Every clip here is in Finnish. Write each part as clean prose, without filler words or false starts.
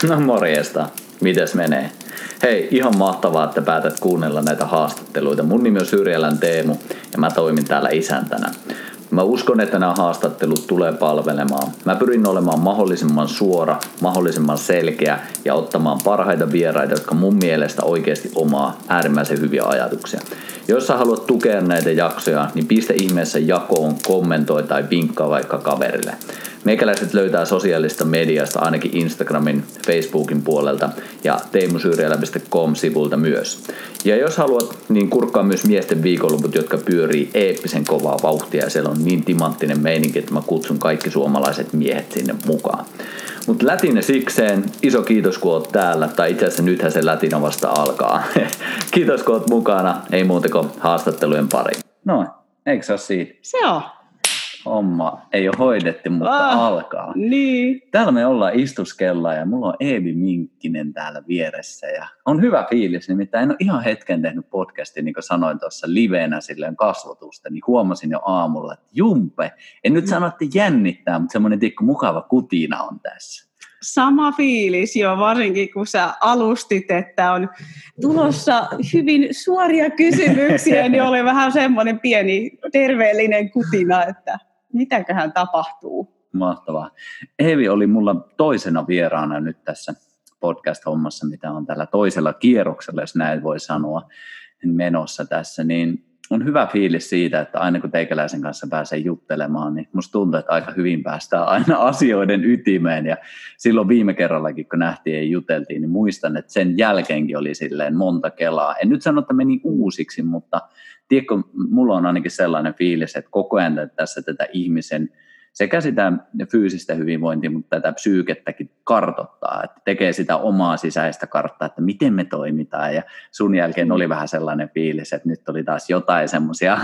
No morjesta, mites menee? Hei, ihan mahtavaa, että päätät kuunnella näitä haastatteluita. Mun nimi on Syrjälän Teemu ja mä toimin täällä isäntänä. Mä uskon, että nämä haastattelut tulee palvelemaan. Mä pyrin olemaan mahdollisimman suora, mahdollisimman selkeä ja ottamaan parhaita vieraita, jotka mun mielestä oikeasti omaa äärimmäisen hyviä ajatuksia. Jos sä haluat tukea näitä jaksoja, niin pistä ihmeessä jakoon, kommentoi tai vinkkaa vaikka kaverille. Meikäläiset löytää sosiaalista mediasta ainakin Instagramin, Facebookin puolelta ja teemusyrjälä.com-sivulta myös. Ja jos haluat, niin kurkkaa myös miesten viikonloput, jotka pyörii eeppisen kovaa vauhtia ja siellä on niin timanttinen meininki, että mä kutsun kaikki suomalaiset miehet sinne mukaan. Mutta lätinä sikseen, iso kiitos kun oot täällä, tai itse asiassa nythän se lätinä vasta alkaa. Kiitos kun oot mukana, ei muuta kuin haastattelujen pari. No, eikö se ole siitä? Se on. Homma ei ole hoidettu, mutta alkaa. Niin. Täällä me ollaan istuskellaan ja mulla on Eevi Minkkinen täällä vieressä. Ja on hyvä fiilis, nimittäin en ole ihan hetken tehnyt podcastin, niin kuin sanoin tuossa livenä silleen kasvotusta, niin huomasin jo aamulla, että jumpe. En nyt sano, että jännittää, mutta semmoinen tikku mukava kutina on tässä. Sama fiilis jo, varsinkin kun sä alustit, että on tulossa hyvin suoria kysymyksiä, niin oli vähän semmoinen pieni terveellinen kutina, että mitäköhän tapahtuu. Mahtavaa. Eevi oli mulla toisena vieraana nyt tässä podcast-hommassa, mitä on tällä toisella kierroksella, jos näin voi sanoa, menossa tässä, niin on hyvä fiilis siitä, että aina kun teikäläisen kanssa pääsee juttelemaan, niin musta tuntuu, että aika hyvin päästään aina asioiden ytimeen. Ja silloin viime kerrallakin, kun nähtiin ja juteltiin, niin muistan, että sen jälkeenkin oli silleen monta kelaa. En nyt sano, että meni uusiksi, mutta tiedätkö, mulla on ainakin sellainen fiilis, että koko ajan tässä tätä ihmisen sekä sitä fyysistä hyvinvointia, mutta tätä psyykettäkin kartoittaa, että tekee sitä omaa sisäistä karttaa, että miten me toimitaan. Ja sun jälkeen oli vähän sellainen fiilis, että nyt oli taas jotain semmoisia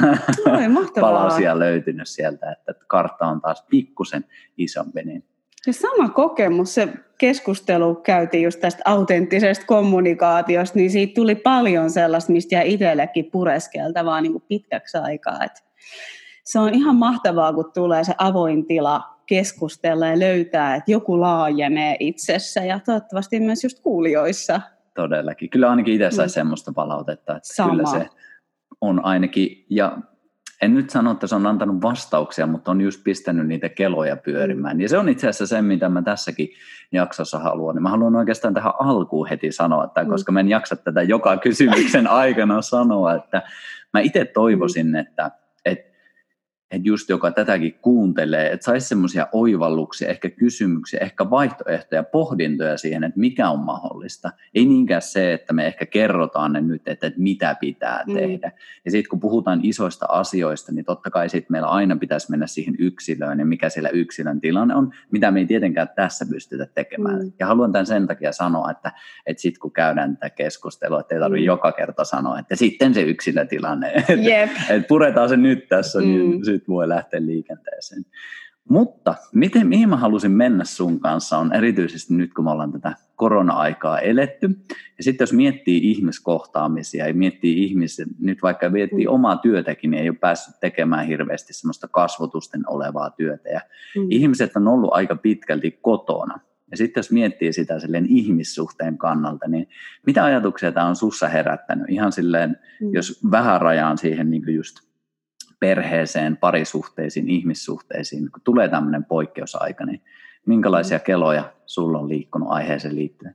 palasia löytynyt sieltä, että kartta on taas pikkusen isompi. Niin. Se sama kokemus, se keskustelu käytiin just tästä autenttisesta kommunikaatiosta, niin siitä tuli paljon sellaista, mistä jäi itsellekin pureskeltavaa niin kuin pitkäksi aikaa, että se on ihan mahtavaa, kun tulee se avoin tila keskustella ja löytää, että joku laajenee itsessä ja toivottavasti myös just kuulijoissa. Todellakin. Kyllä ainakin itse sai semmoista palautetta, että sama. Kyllä se on ainakin, ja en nyt sano, että se on antanut vastauksia, mutta on just pistänyt niitä keloja pyörimään. Ja se on itse asiassa se, mitä mä tässäkin jaksossa haluan. Mä haluan oikeastaan tähän alkuun heti sanoa, että koska mä en jaksa tätä joka kysymyksen aikana sanoa, että mä itse toivoisin, että just joka tätäkin kuuntelee, että saisi semmoisia oivalluksia, ehkä kysymyksiä, ehkä vaihtoehtoja, pohdintoja siihen, että mikä on mahdollista. Ei niinkään se, että me ehkä kerrotaan ne nyt, että mitä pitää tehdä. Ja sitten kun puhutaan isoista asioista, niin totta kai sitten meillä aina pitäisi mennä siihen yksilöön ja mikä siellä yksilön tilanne on, mitä me ei tietenkään tässä pystytä tekemään. Ja haluan tämän sen takia sanoa, että sitten kun käydään tätä keskustelua, että ei tarvitse joka kerta sanoa, että sitten se yksilötilanne, että puretaan se nyt tässä, niin sitten voi lähteä liikenteeseen. Mutta mihin mä halusin mennä sun kanssa on erityisesti nyt, kun me ollaan tätä korona-aikaa eletty. Ja sitten jos miettii ihmiskohtaamisia ja miettii ihmisiä, nyt vaikka miettii omaa työtäkin, niin ei ole päässyt tekemään hirveästi semmoista kasvotusten olevaa työtä. Ja ihmiset on ollut aika pitkälti kotona. Ja sitten jos miettii sitä silleen ihmissuhteen kannalta, niin mitä ajatuksia tämä on sussa herättänyt? Ihan silleen, jos vähän rajaan siihen niin kuin just perheeseen, parisuhteisiin, ihmissuhteisiin, kun tulee tämmöinen poikkeusaika, niin minkälaisia keloja sulla on liikkunut aiheeseen liittyen?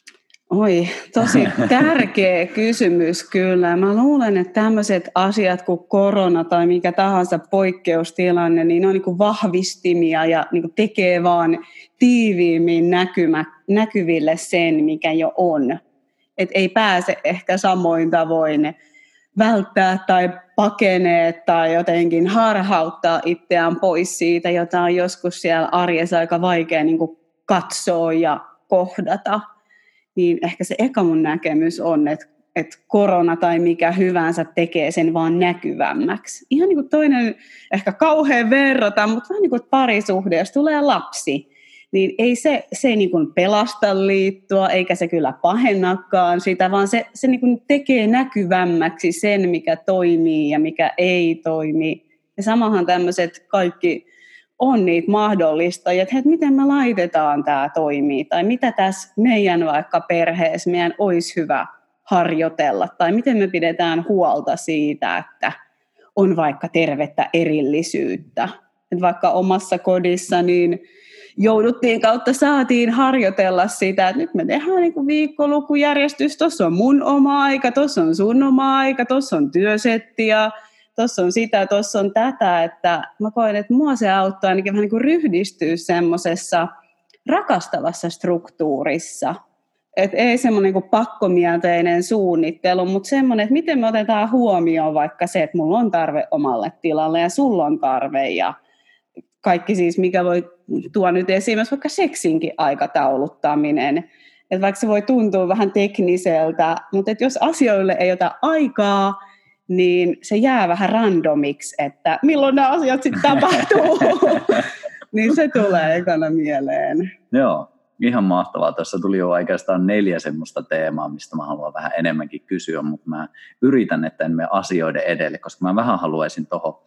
Oi, tosi tärkeä kysymys kyllä. Mä luulen, että tämmöiset asiat kuin korona tai mikä tahansa poikkeustilanne, niin ne on niin kuin vahvistimia ja niin kuin tekee vaan tiiviimmin näkyville sen, mikä jo on. Et ei pääse ehkä samoin tavoin välttää tai pakenee tai jotenkin harhauttaa itseään pois siitä, jota on joskus siellä arjessa aika vaikea niin kuin katsoa ja kohdata. Niin ehkä se eka mun näkemys on, että korona tai mikä hyvänsä tekee sen vaan näkyvämmäksi. Ihan niin kuin toinen, ehkä kauhean verrata, mutta vähän niin kuin parisuhde, jos tulee lapsi, niin ei se niin kuin pelasta liittoa, eikä se kyllä pahennakaan sitä, vaan se niin kuin tekee näkyvämmäksi sen, mikä toimii ja mikä ei toimi. Ja samahan tämmöiset kaikki on niitä mahdollistajia, että miten me laitetaan tämä toimii, tai mitä tässä meidän vaikka perheessä meidän olisi hyvä harjoitella, tai miten me pidetään huolta siitä, että on vaikka tervettä erillisyyttä. Että vaikka omassa kodissa niin jouduttiin kautta saatiin harjoitella sitä, että nyt me tehdään niin kuin viikkolukujärjestys, tuossa on mun oma aika, tuossa on sun oma aika, tuossa on työsetti ja tuossa on sitä, tuossa on tätä, että mä koen, että mua se auttaa ainakin vähän niin kuin ryhdistyä semmoisessa rakastavassa struktuurissa. Että ei semmoinen niin kuin pakkomielteinen suunnittelu, mutta semmoinen, että miten me otetaan huomioon vaikka se, että mulla on tarve omalle tilalle ja sulla on tarve ja kaikki siis, mikä voi tuoda nyt esiin, myös vaikka seksinkin aikatauluttaminen. Että vaikka se voi tuntua vähän tekniseltä, mutta että jos asioille ei ota aikaa, niin se jää vähän randomiksi, että milloin nämä asiat sitten tapahtuu. Niin se tulee ekana mieleen. Joo, ihan mahtavaa. Tässä tuli jo oikeastaan 4 semmoista teemaa, mistä mä haluan vähän enemmänkin kysyä, mutta mä yritän, että en mene asioiden edelle, koska mä vähän haluaisin tuohon,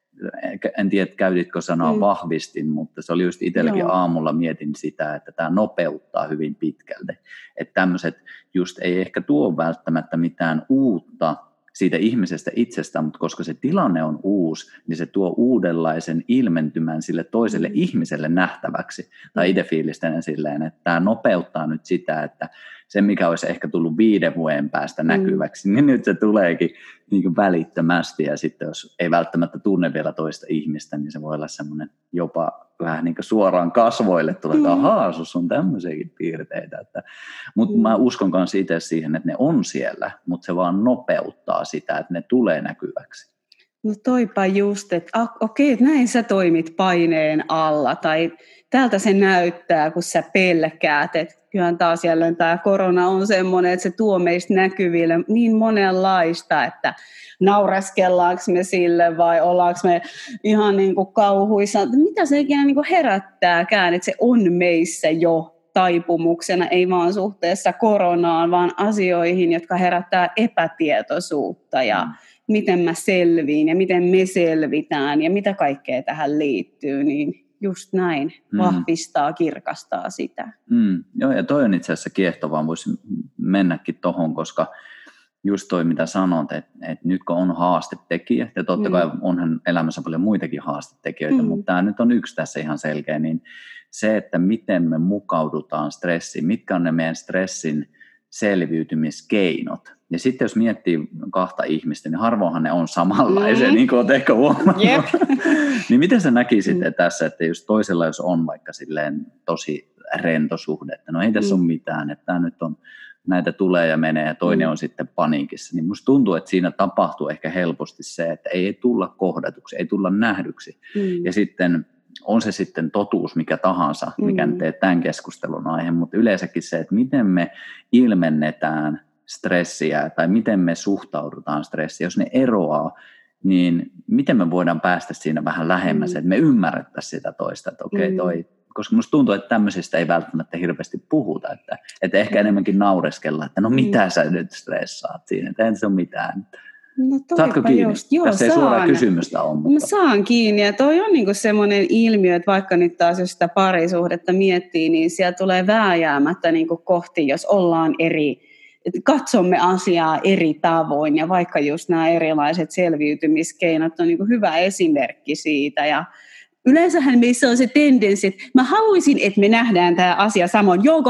en tiedä, käytitkö sanaa vahvistin, mutta se oli just itselläkin aamulla mietin sitä, että tämä nopeuttaa hyvin pitkälti. Että tämmöiset just ei ehkä tuo välttämättä mitään uutta siitä ihmisestä itsestään, mutta koska se tilanne on uusi, niin se tuo uudenlaisen ilmentymän sille toiselle ihmiselle nähtäväksi. Tai itse fiilistelen silleen, että tämä nopeuttaa nyt sitä, että se mikä olisi ehkä tullut 5 vuoden päästä näkyväksi, niin nyt se tuleekin niin kuin välittömästi. Ja sitten jos ei välttämättä tunne vielä toista ihmistä, niin se voi olla semmoinen jopa vähän niin kuin suoraan kasvoille tulee, että ahaa, sus on tämmöisiäkin piirteitä. Mutta mä uskon kanssa itse siihen, että ne on siellä, mutta se vaan nopeuttaa sitä, että ne tulee näkyväksi. No toipa just, että okei, että näin sä toimit paineen alla, tai tältä se näyttää, kun sä pelkäät, että kyllähän taas jälleen tämä korona on semmoinen, että se tuo meistä näkyville niin monenlaista, että naureskellaanko me sille vai ollaanko me ihan niin kuin kauhuissa, mitä se ikinä niin kuin herättääkään, että se on meissä jo taipumuksena, ei vaan suhteessa koronaan, vaan asioihin, jotka herättää epätietoisuutta ja miten mä selviin ja miten me selvitään ja mitä kaikkea tähän liittyy, niin just näin vahvistaa, kirkastaa sitä. Joo, ja toi on itse asiassa kiehtovaa, voisi mennäkin tohon, koska just toi mitä sanot, että nyt kun on haastetekijä, ja totta kai onhan elämässä paljon muitakin haastetekijöitä, mutta tämä nyt on yksi tässä ihan selkeä, niin se, että miten me mukaudutaan stressiin, mitkä on ne meidän stressin selviytymiskeinot. Ja sitten jos miettii 2 ihmistä, niin harvoinhan ne on samanlaisia, niin kuin olet ehkä huomannut. Yep. Niin miten sä näkisit tässä, että jos toisella jos on vaikka silleen tosi rento suhde, että no ei tässä ole mitään, että tämä nyt on, näitä tulee ja menee ja toinen on sitten paniikissa, niin musta tuntuu, että siinä tapahtuu ehkä helposti se, että ei tulla kohdatuksi, ei tulla nähdyksi. Ja sitten on se sitten totuus mikä tahansa, mikä nyt ei tämän keskustelun aihe, mutta yleensäkin se, että miten me ilmennetään stressiä tai miten me suhtaudutaan stressiin, jos ne eroaa, niin miten me voidaan päästä siinä vähän lähemmäs, että me ymmärrettäisiin sitä toista, että okei, koska musta tuntuu, että tämmöisistä ei välttämättä hirveästi puhuta, että ehkä enemmänkin naureskella, että no mitä sä nyt stressaat siinä, että ei se ole mitään. No saatko kiinni? Tässä ei suoraan kysymystä ole. Mutta... Mä saan kiinni ja toi on niinku semmoinen ilmiö, että vaikka nyt taas jos sitä parisuhdetta miettii, niin siellä tulee vääjäämättä niinku kohti, jos ollaan eri, että katsomme asiaa eri tavoin ja vaikka just nämä erilaiset selviytymiskeinot on niinku hyvä esimerkki siitä ja yleensähän meissä on se tendenssi, että mä haluaisin, että me nähdään tämä asia samoin. Joko.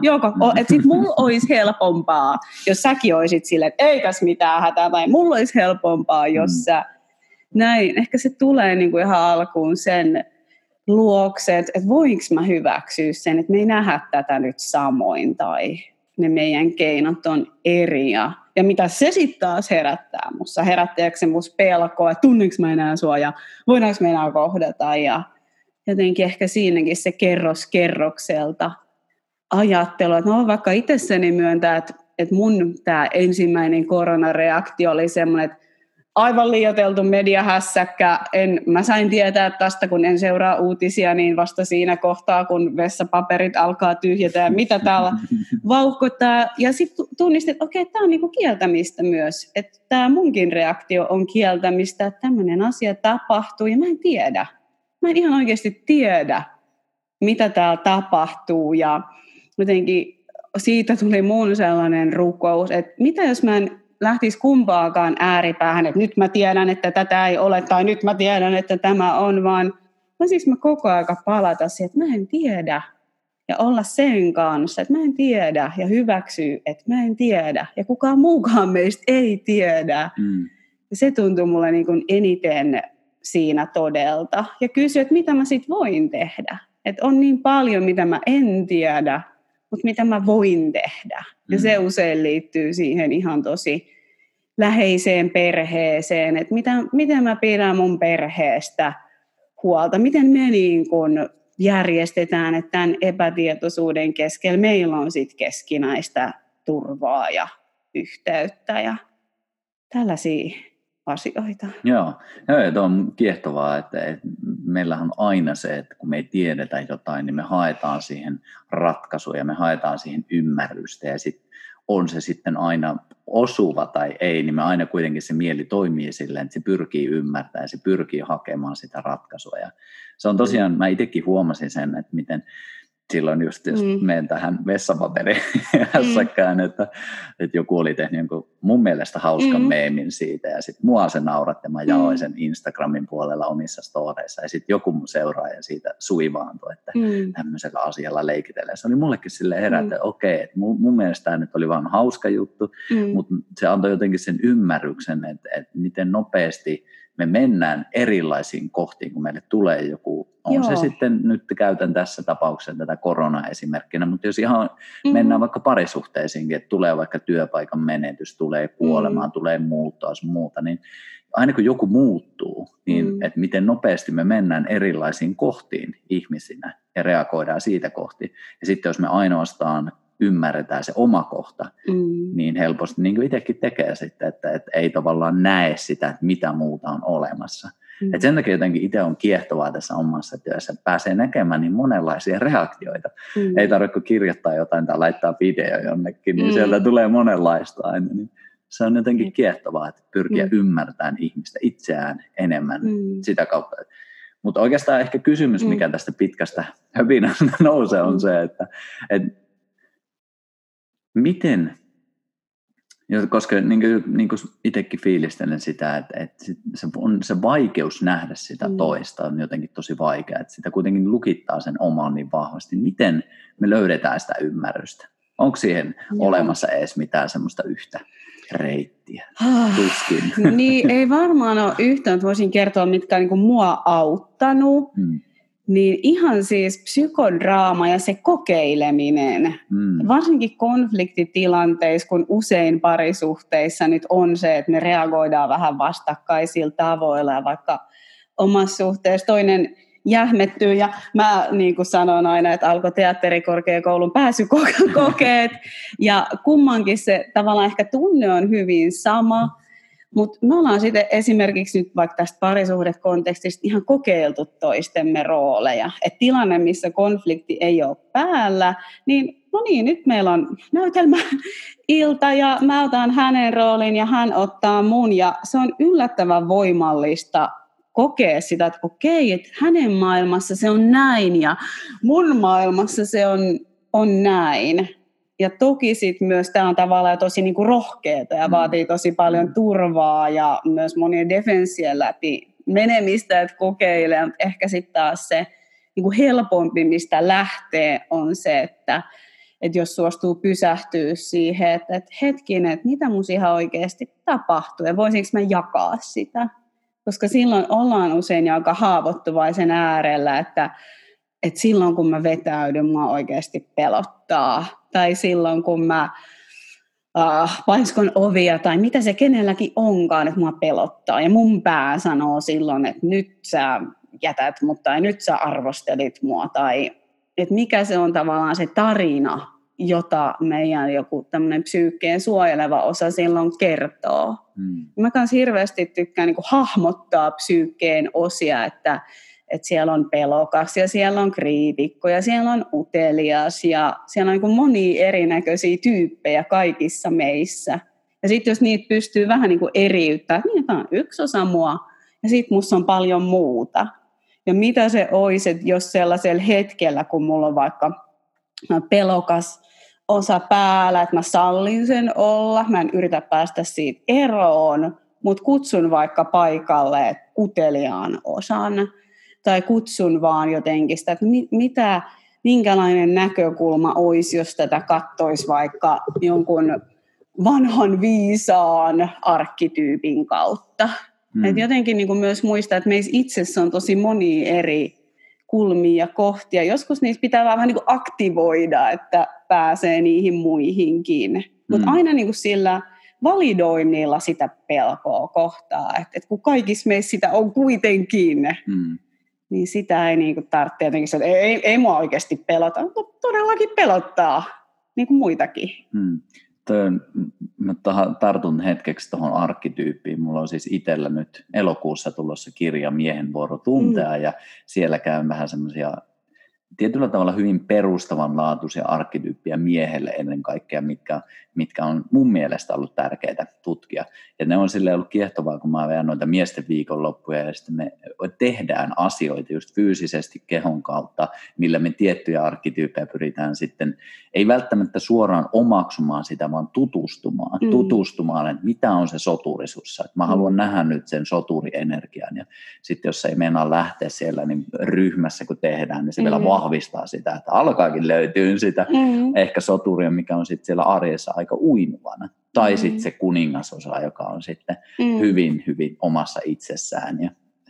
Että sit mulla olisi helpompaa, jos säkin olisit silleen, että ei tässä mitään hätää, tai mulla olisi helpompaa, jos sä näin. Ehkä se tulee niinku ihan alkuun sen luokse, että voinko mä hyväksyä sen, että me ei nähdä tätä nyt samoin, tai ne meidän keinot on eri. Ja mitä se sitten taas herättää musta? Herättääkö se musta pelkoa, että tunninko mä enää sua ja voidaanko me enää kohdata? Ja jotenkin ehkä siinäkin se kerrokselta ajattelu. Että mä voin vaikka itsessäni myöntää, että mun tämä ensimmäinen koronareaktio oli semmoinen, että aivan liioiteltu mediahässäkkä. Mä sain tietää tästä, kun en seuraa uutisia, niin vasta siinä kohtaa, kun vessapaperit alkaa tyhjätä ja mitä täällä vauhkottaa. Ja sitten tunnistin, että okei, tämä on niinku kieltämistä myös. Että tämä munkin reaktio on kieltämistä, että tämmöinen asia tapahtuu ja mä en tiedä. mä en ihan oikeasti tiedä, mitä täällä tapahtuu. Ja jotenkin siitä tuli mun sellainen rukous, että mitä jos mä en lähtisi kumpaakaan ääripäähän, että nyt mä tiedän, että tätä ei ole, tai nyt mä tiedän, että tämä on, vaan siis mä koko aika palata siihen, että mä en tiedä. Ja olla sen kanssa, että mä en tiedä, ja hyväksyä, että mä en tiedä, ja kukaan muukaan meistä ei tiedä. Ja se tuntui mulle niin kuin eniten siinä todelta. Ja kysyä, että mitä mä sit voin tehdä. Että on niin paljon, mitä mä en tiedä, mutta mitä mä voin tehdä. Ja se usein liittyy siihen ihan tosi läheiseen perheeseen, että miten mä pidän mun perheestä huolta, miten me niin kun järjestetään, että tämän epätietoisuuden keskellä meillä on sit keskinäistä turvaa ja yhteyttä ja tällaisia asioita. Joo, tuo on kiehtovaa, että meillähän on aina se, että kun me ei tiedetä jotain, niin me haetaan siihen ratkaisuja, me haetaan siihen ymmärrystä ja on se sitten aina osuva tai ei, niin me aina kuitenkin se mieli toimii silleen, että se pyrkii ymmärtämään ja se pyrkii hakemaan sitä ratkaisua. Ja se on tosiaan, mä itsekin huomasin sen, että miten silloin just jos menen tähän vessapaperiin hässäkkään, että joku oli tehnyt mun mielestä hauskan meemin siitä ja sitten mua se nauratti ja mä jaoin sen Instagramin puolella omissa storeissa ja sitten joku mun seuraaja siitä suivaantui, että tämmöisellä asialla leikitellä. Se oli mullekin silleen herätä, että okei, että mun mielestä tämä nyt oli vaan hauska juttu, mutta se antoi jotenkin sen ymmärryksen, että miten nopeasti me mennään erilaisiin kohtiin, kun meille tulee joku, se sitten, nyt käytän tässä tapauksessa tätä korona-esimerkkinä, mutta jos ihan mennään vaikka parisuhteisiinkin, että tulee vaikka työpaikan menetys, tulee kuolemaan, tulee muuttoa, muuta, niin aina kun joku muuttuu, niin että miten nopeasti me mennään erilaisiin kohtiin ihmisinä ja reagoidaan siitä kohti. Ja sitten jos me ainoastaan ymmärretään se oma kohta, niin helposti, niin kuin itsekin tekee sitten, että ei tavallaan näe sitä, että mitä muuta on olemassa. Et sen takia jotenkin itse on kiehtovaa tässä omassa työssä, että pääsee näkemään niin monenlaisia reaktioita. Ei tarvitse kirjoittaa jotain tai laittaa video jonnekin, niin sieltä tulee monenlaista aina. Niin se on jotenkin kiehtovaa, että pyrkiä ymmärtämään ihmistä itseään enemmän sitä kautta. Mutta oikeastaan ehkä kysymys, mikä tästä pitkästä höpinästä nousee, on se, että miten, koska niin kuin itsekin fiilistelen sitä, että se vaikeus nähdä sitä toista on jotenkin tosi vaikea, että sitä kuitenkin lukittaa sen oman niin vahvasti. Miten me löydetään sitä ymmärrystä? Onko siihen olemassa edes mitään semmoista yhtä reittiä? Tuskin. Niin, ei varmaan ole yhtään, että voisin kertoa, mitkä on niin kuin mua auttanut. Niin ihan siis psykodraama ja se kokeileminen, varsinkin konfliktitilanteissa, kun usein parisuhteissa nyt on se, että me reagoidaan vähän vastakkaisilla tavoilla ja vaikka omassa suhteessa toinen jähmettyy ja mä niin kuin sanon aina, että alkoi teatterikorkeakoulun pääsykokeet ja kummankin se tavallaan ehkä tunne on hyvin sama. Mutta me ollaan sitten esimerkiksi nyt vaikka tästä parisuhdekontekstista ihan kokeiltu toistemme rooleja. Et tilanne, missä konflikti ei ole päällä, niin no niin, nyt meillä on näytelmäilta ja mä otan hänen roolin ja hän ottaa mun. Ja se on yllättävän voimallista kokea sitä, että okei, että hänen maailmassa se on näin ja mun maailmassa se on näin. Ja toki sitten myös tämä on tavallaan tosi niinku rohkeata ja vaatii tosi paljon turvaa ja myös monien defenssien läpi menemistä, että kokeilee. Mutta ehkä sitten taas se niinku helpompi, mistä lähtee, on se, että jos suostuu pysähtyä siihen, että hetkinen, että mitä mun ihan oikeasti tapahtuu ja voisinko mä jakaa sitä. Koska silloin ollaan usein aika haavoittuvaisen äärellä, että silloin kun mä vetäydyn, mua oikeasti pelottaa. Tai silloin kun mä paiskon ovia tai mitä se kenelläkin onkaan, että mua pelottaa. Ja mun pää sanoo silloin, että nyt sä jätät mut tai nyt sä arvostelit mua. Tai että mikä se on tavallaan se tarina, jota meidän joku tämmöinen psyykkeen suojeleva osa silloin kertoo. Mä kans hirveästi tykkään niin kuin hahmottaa psyykkeen osia, että siellä on pelokas ja siellä on kriitikko ja siellä on utelias ja siellä on niin kuin monia erinäköisiä tyyppejä kaikissa meissä. Ja sitten jos niitä pystyy vähän niin kuin eriyttämään, että tämä on yksi osa mua ja sitten musta on paljon muuta. Ja mitä se olisi, että jos sellaisella hetkellä, kun mulla on vaikka pelokas osa päällä, että mä sallin sen olla, mä en yritä päästä siitä eroon, mutta kutsun vaikka paikalle uteliaan osan, tai kutsun vaan jotenkin sitä, että minkälainen näkökulma olisi, jos tätä katsoisi vaikka jonkun vanhan viisaan arkkityypin kautta. Et jotenkin niin kuin myös muistaa, että meissä itsessä on tosi monia eri kulmia ja kohtia. Joskus niistä pitää vähän niin kuin aktivoida, että pääsee niihin muihinkin. Mutta aina niin kuin sillä validoinnilla sitä pelkoa kohtaa. Että kun kaikissa meissä sitä on kuitenkin, niin sitä ei niin kuin tarvitse jotenkin, että ei mua oikeasti pelota. Mutta todellakin pelottaa, niin kuin muitakin. Mä tartun hetkeksi tuohon arkkityyppiin. Mulla on siis itsellä nyt elokuussa tulossa kirja Miehen vuoro tuntea, ja siellä käyn vähän semmoisia tietyllä tavalla hyvin perustavanlaatuisia arkkityyppiä miehelle ennen kaikkea, mitkä on mun mielestä ollut tärkeitä tutkia. Ja ne on silleen ollut kiehtovaa, kun mä vedän noita miesten viikonloppuja, ja sitten me tehdään asioita just fyysisesti kehon kautta, millä me tiettyjä arkkityyppejä pyritään sitten, ei välttämättä suoraan omaksumaan sitä, vaan tutustumaan, että mitä on se soturi sussa. Että mä haluan nähdä nyt sen soturienergian, ja sitten jos ei meinaa lähteä siellä, niin ryhmässä kun tehdään, niin se vielä vahvistaa sitä, että alkaakin löytyy sitä ehkä soturia, mikä on sitten siellä arjessa aika uinuvana. Tai sitten se kuningasosa, joka on sitten hyvin, hyvin omassa itsessään.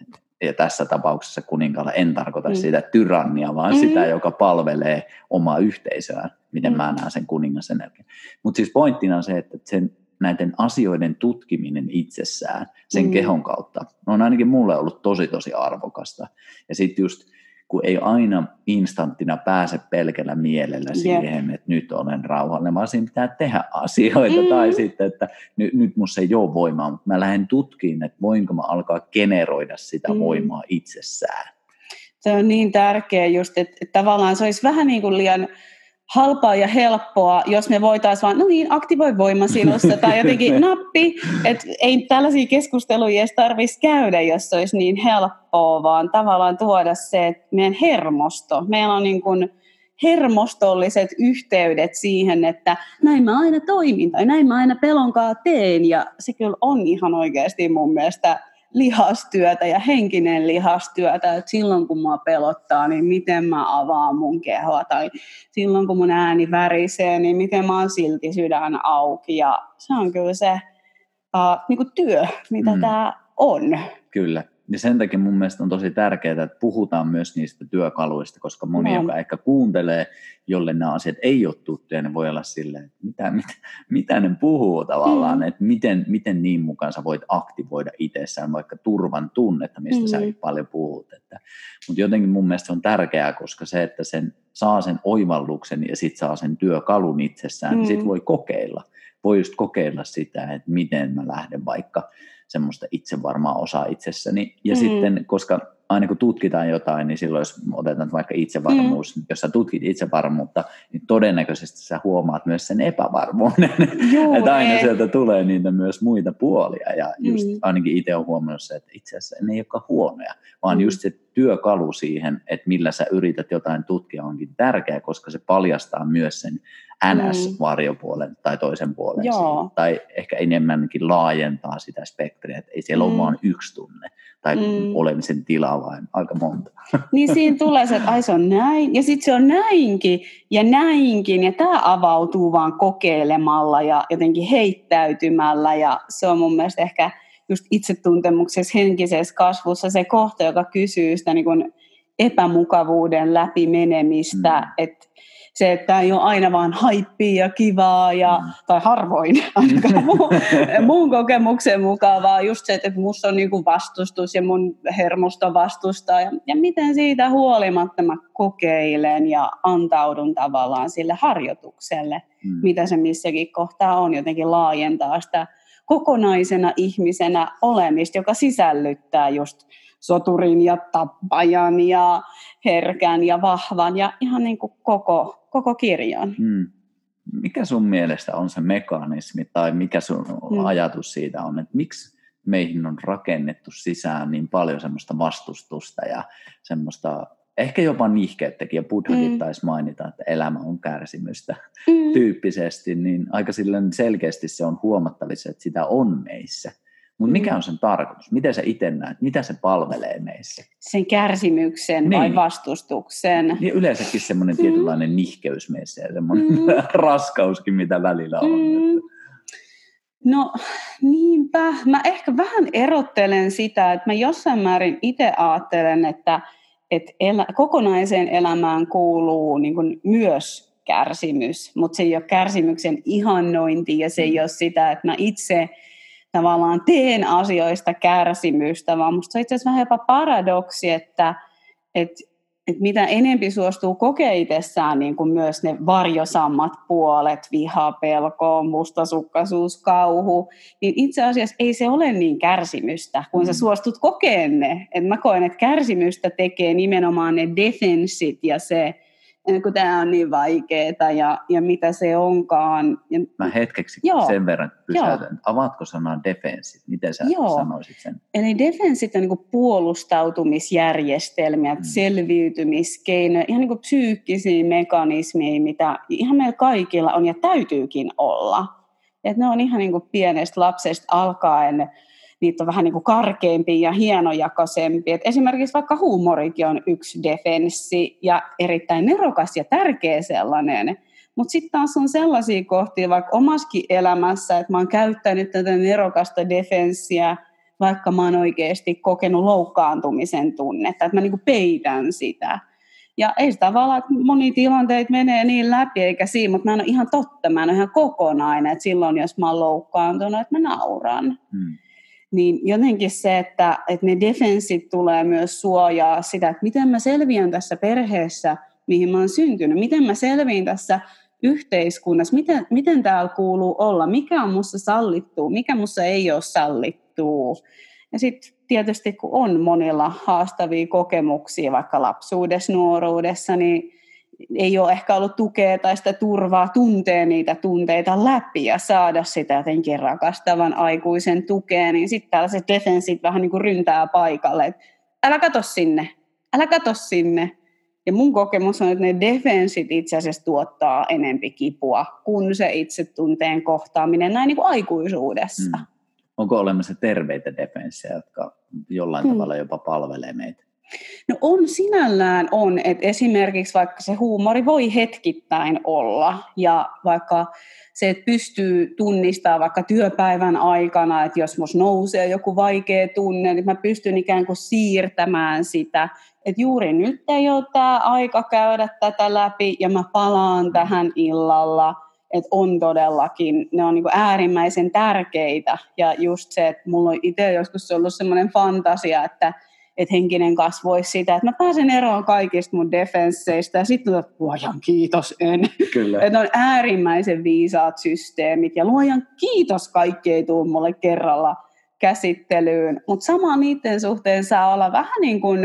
Ja tässä tapauksessa kuninkaalla en tarkoita sitä tyrannia, vaan sitä, joka palvelee omaa yhteisöään, miten mä näen sen kuningasenergian. Mutta siis pointtina on se, että näiden asioiden tutkiminen itsessään sen kehon kautta on ainakin mulle ollut tosi, tosi arvokasta. Ja sitten just kun ei aina instanttina pääse pelkällä mielellä siihen, että nyt olen rauhallinen, vaan siinä pitää tehdä asioita, tai sitten, että nyt musta ei ole voimaa, mutta mä lähden tutkimaan, että voinko mä alkaa generoida sitä voimaa itsessään. Se on niin tärkeä just, että tavallaan se olisi vähän niin kuin liian halpaa ja helppoa, jos me voitaisiin vaan, no niin, aktivoi voima sinussa, tai jotenkin nappi, että ei tällaisia keskusteluja edes tarvitsisi käydä, jos se olisi niin helppoa, vaan tavallaan tuoda se, että meidän hermosto, meillä on niin kuin hermostolliset yhteydet siihen, että näin mä aina toimin, tai näin mä aina pelonkaan teen, ja se kyllä on ihan oikeasti mun mielestä lihastyötä ja henkinen lihastyötä, että silloin kun mua pelottaa, niin miten mä avaan mun kehoa, tai silloin kun mun ääni värisee, niin miten mä oon silti sydän auki, ja se on kyllä se niin kuin työ, mitä tää on. Kyllä. Ja sen takia mun mielestä on tosi tärkeää, että puhutaan myös niistä työkaluista, koska moni, joka ehkä kuuntelee, jolle nämä asiat ei ole tuttuja, ne voi olla silleen, että mitä ne puhuu tavallaan, että miten niin mukaan sä voit aktivoida itsessään vaikka turvan tunnetta, mistä sä paljon puhut. Mutta jotenkin mun mielestä se on tärkeää, koska se, että saa sen oivalluksen ja sit saa sen työkalun itsessään, niin sit voi kokeilla. Voi just kokeilla sitä, että miten mä lähden vaikka semmoista itsevarmaa osaa itsessäni. Ja sitten, koska aina kun tutkitaan jotain, niin silloin jos otetaan vaikka itsevarmuus, jos sä tutkit itsevarmuutta, niin todennäköisesti sä huomaat myös sen epävarmuuden. Että aina sieltä tulee niitä myös muita puolia. Ja just ainakin itse olen huomannut se, että itse asiassa ne ei olekaan huonoja, vaan just se työkalu siihen, että millä sä yrität jotain tutkia, onkin tärkeä, koska se paljastaa myös sen NS-varjopuolen tai toisen puolen siitä, tai ehkä enemmänkin laajentaa sitä spektriä, että ei siellä ole vaan yksi tunne tai olemisen tila, vaan aika monta. Niin siinä tulee se, että ai se on näin, ja sitten se on näinkin, ja tämä avautuu vaan kokeilemalla ja jotenkin heittäytymällä, ja se on mun mielestä ehkä just itsetuntemuksessa, henkisessä kasvussa se kohta, joka kysyy sitä niin kuin epämukavuuden läpi menemistä, että se, että ei ole aina vaan haippia ja kivaa, tai harvoin ainakaan mun kokemuksen mukaan, vaan just se, että musta on niinku vastustus ja mun hermosto vastustaa. Ja miten siitä huolimatta mä kokeilen ja antaudun tavallaan sille harjoitukselle, mitä se missäkin kohtaa on, jotenkin laajentaa sitä kokonaisena ihmisenä olemista, joka sisällyttää just soturin ja tappajan ja herkän ja vahvan ja ihan niin kuin koko kirjan. Mikä sun mielestä on se mekanismi tai mikä sun ajatus siitä on, että meihin on rakennettu sisään niin paljon semmoista vastustusta ja semmoista ehkä jopa nihkeyttäkin, ja Buddhakin taisi mainita, että elämä on kärsimystä tyyppisesti, niin aika silleen selkeästi se on huomattavissa, että sitä on meissä. Mutta mikä on sen tarkoitus? Miten sä itse näet? Mitä se palvelee meissä? Sen kärsimyksen vai vastustuksen? Niin yleensäkin semmoinen tietynlainen nihkeys meissä ja semmoinen raskauskin, mitä välillä on. No niinpä. Mä ehkä vähän erottelen sitä, että mä jossain määrin itse ajattelen, että kokonaiseen elämään kuuluu niin kuin myös kärsimys, mutta se ei ole kärsimyksen ihannointi ja se ei ole sitä, että mä itse tavallaan teen asioista kärsimystä, vaan musta se on itse asiassa vähän jopa paradoksi, että mitä enempi suostuu kokea itsessään niin kuin myös ne varjosammat puolet, viha, pelko, mustasukkaisuus, kauhu, niin itse asiassa ei se ole niin kärsimystä, kun sä suostut kokeen ne. Et mä koen, että kärsimystä tekee nimenomaan ne defenssit ja se, kun tämä on niin vaikeaa ja mitä se onkaan. Mä hetkeksi sen verran pysäytän. Avaatko sanaa defenssit? Miten sä sanoisit sen? Eli defenssit on niin kuin puolustautumisjärjestelmiä, selviytymiskeinoja, ihan niin kuin psyykkisiä mekanismeja, mitä ihan meillä kaikilla on ja täytyykin olla. Et ne on ihan niin kuin pienestä lapsesta alkaen. Niitä on vähän niin kuin karkeampia ja hienojakoisempia. Et esimerkiksi vaikka huumorikin on yksi defenssi ja erittäin nerokas ja tärkeä sellainen. Mutta sitten taas on sellaisia kohtia vaikka omaskin elämässä, että mä oon käyttänyt tätä nerokasta defenssiä, vaikka mä oon oikeasti kokenut loukkaantumisen tunnetta, että mä niin kuin peitän sitä. Ja ei sitä tavallaan, että monia tilanteita menee niin läpi eikä siinä, mutta mä en ole ihan totta, mä en ole ihan kokonainen, että silloin jos mä oon loukkaantunut, että mä nauran. Niin jotenkin se, että ne defenssit tulee myös suojaa sitä, että miten mä selviän tässä perheessä, mihin mä oon syntynyt, miten mä selviin tässä yhteiskunnassa, miten täällä kuuluu olla, mikä on musta sallittua, mikä musta ei ole sallittua. Ja sitten tietysti kun on monilla haastavia kokemuksia, vaikka lapsuudessa, nuoruudessa, niin ei ole ehkä ollut tukea tai sitä turvaa tuntee niitä tunteita läpi ja saada sitä jotenkin rakastavan aikuisen tukea, niin sitten tällaiset defenssit vähän niin kuin ryntää paikalle, että älä kato sinne. Ja mun kokemus on, että ne defenssit itse asiassa tuottaa enempi kipua kuin se itse tunteen kohtaaminen näin niin kuin aikuisuudessa. Onko olemassa terveitä defenssejä, jotka jollain tavalla jopa palvelee meitä? No on sinällään on, että esimerkiksi vaikka se huumori voi hetkittäin olla ja vaikka se, että pystyy tunnistamaan vaikka työpäivän aikana, että jos musta nousee joku vaikea tunne, niin mä pystyn ikään kuin siirtämään sitä, että juuri nyt ei ole tämä aika käydä tätä läpi ja mä palaan tähän illalla, että on todellakin, ne on niin kuin äärimmäisen tärkeitä ja just se, että mulla on itse joskus ollut semmoinen fantasia, että henkinen kasvu olisi sitä, että mä pääsen eroon kaikista mun defensseistä ja sitten luojan kiitos en. Kyllä. Että on äärimmäisen viisaat systeemit ja luojan kiitos kaikki ei tule mulle kerralla käsittelyyn. Mutta sama niiden suhteen saa olla vähän niin kuin,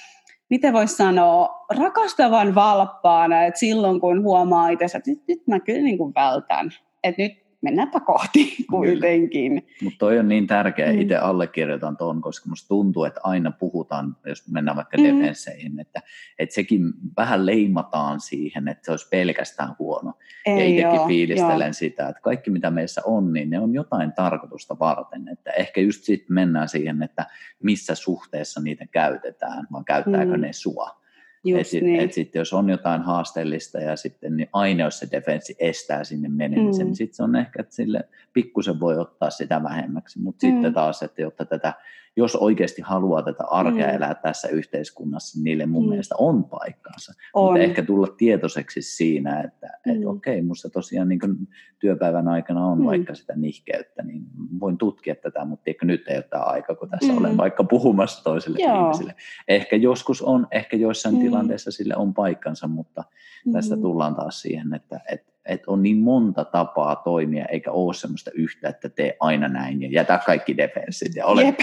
miten voisi sanoa, rakastavan valppaana, että silloin kun huomaa itse, että nyt mä kyllä niin kuin vältän, että nyt mennäänpä kohti kuitenkin. Mutta toi on niin tärkeä, itse allekirjoitan tuon, koska musta tuntuu, että aina puhutaan, jos mennään vaikka defensseihin, että sekin vähän leimataan siihen, että se olisi pelkästään huono. Ja itsekin fiilistelen sitä, että kaikki mitä meissä on, niin ne on jotain tarkoitusta varten. Että ehkä just sitten mennään siihen, että missä suhteessa niitä käytetään, vaan käyttääkö ne sua. Että sitten jos on jotain haasteellista ja sitten niin aina jos se defenssi estää sinne menemisen, niin sitten se on ehkä, että sille pikkusen voi ottaa sitä vähemmäksi. Mutta sitten taas, että jotta tätä, jos oikeasti haluaa tätä arkea elää tässä yhteiskunnassa, niin niille mun mielestä on paikkaansa. Mutta ehkä tulla tietoiseksi siinä, että okei, musta tosiaan niin kun työpäivän aikana on vaikka sitä nihkeyttä, niin voin tutkia tätä, mutta eikö nyt ei ole tämä aika, kun tässä olen vaikka puhumassa toiselle ihmiselle. Ehkä joskus on, ehkä joissain tilanteissa sille on paikkansa, mutta tästä tullaan taas siihen, että on niin monta tapaa toimia, eikä ole semmoista yhtä, että tee aina näin ja jätä kaikki defenssit ja ole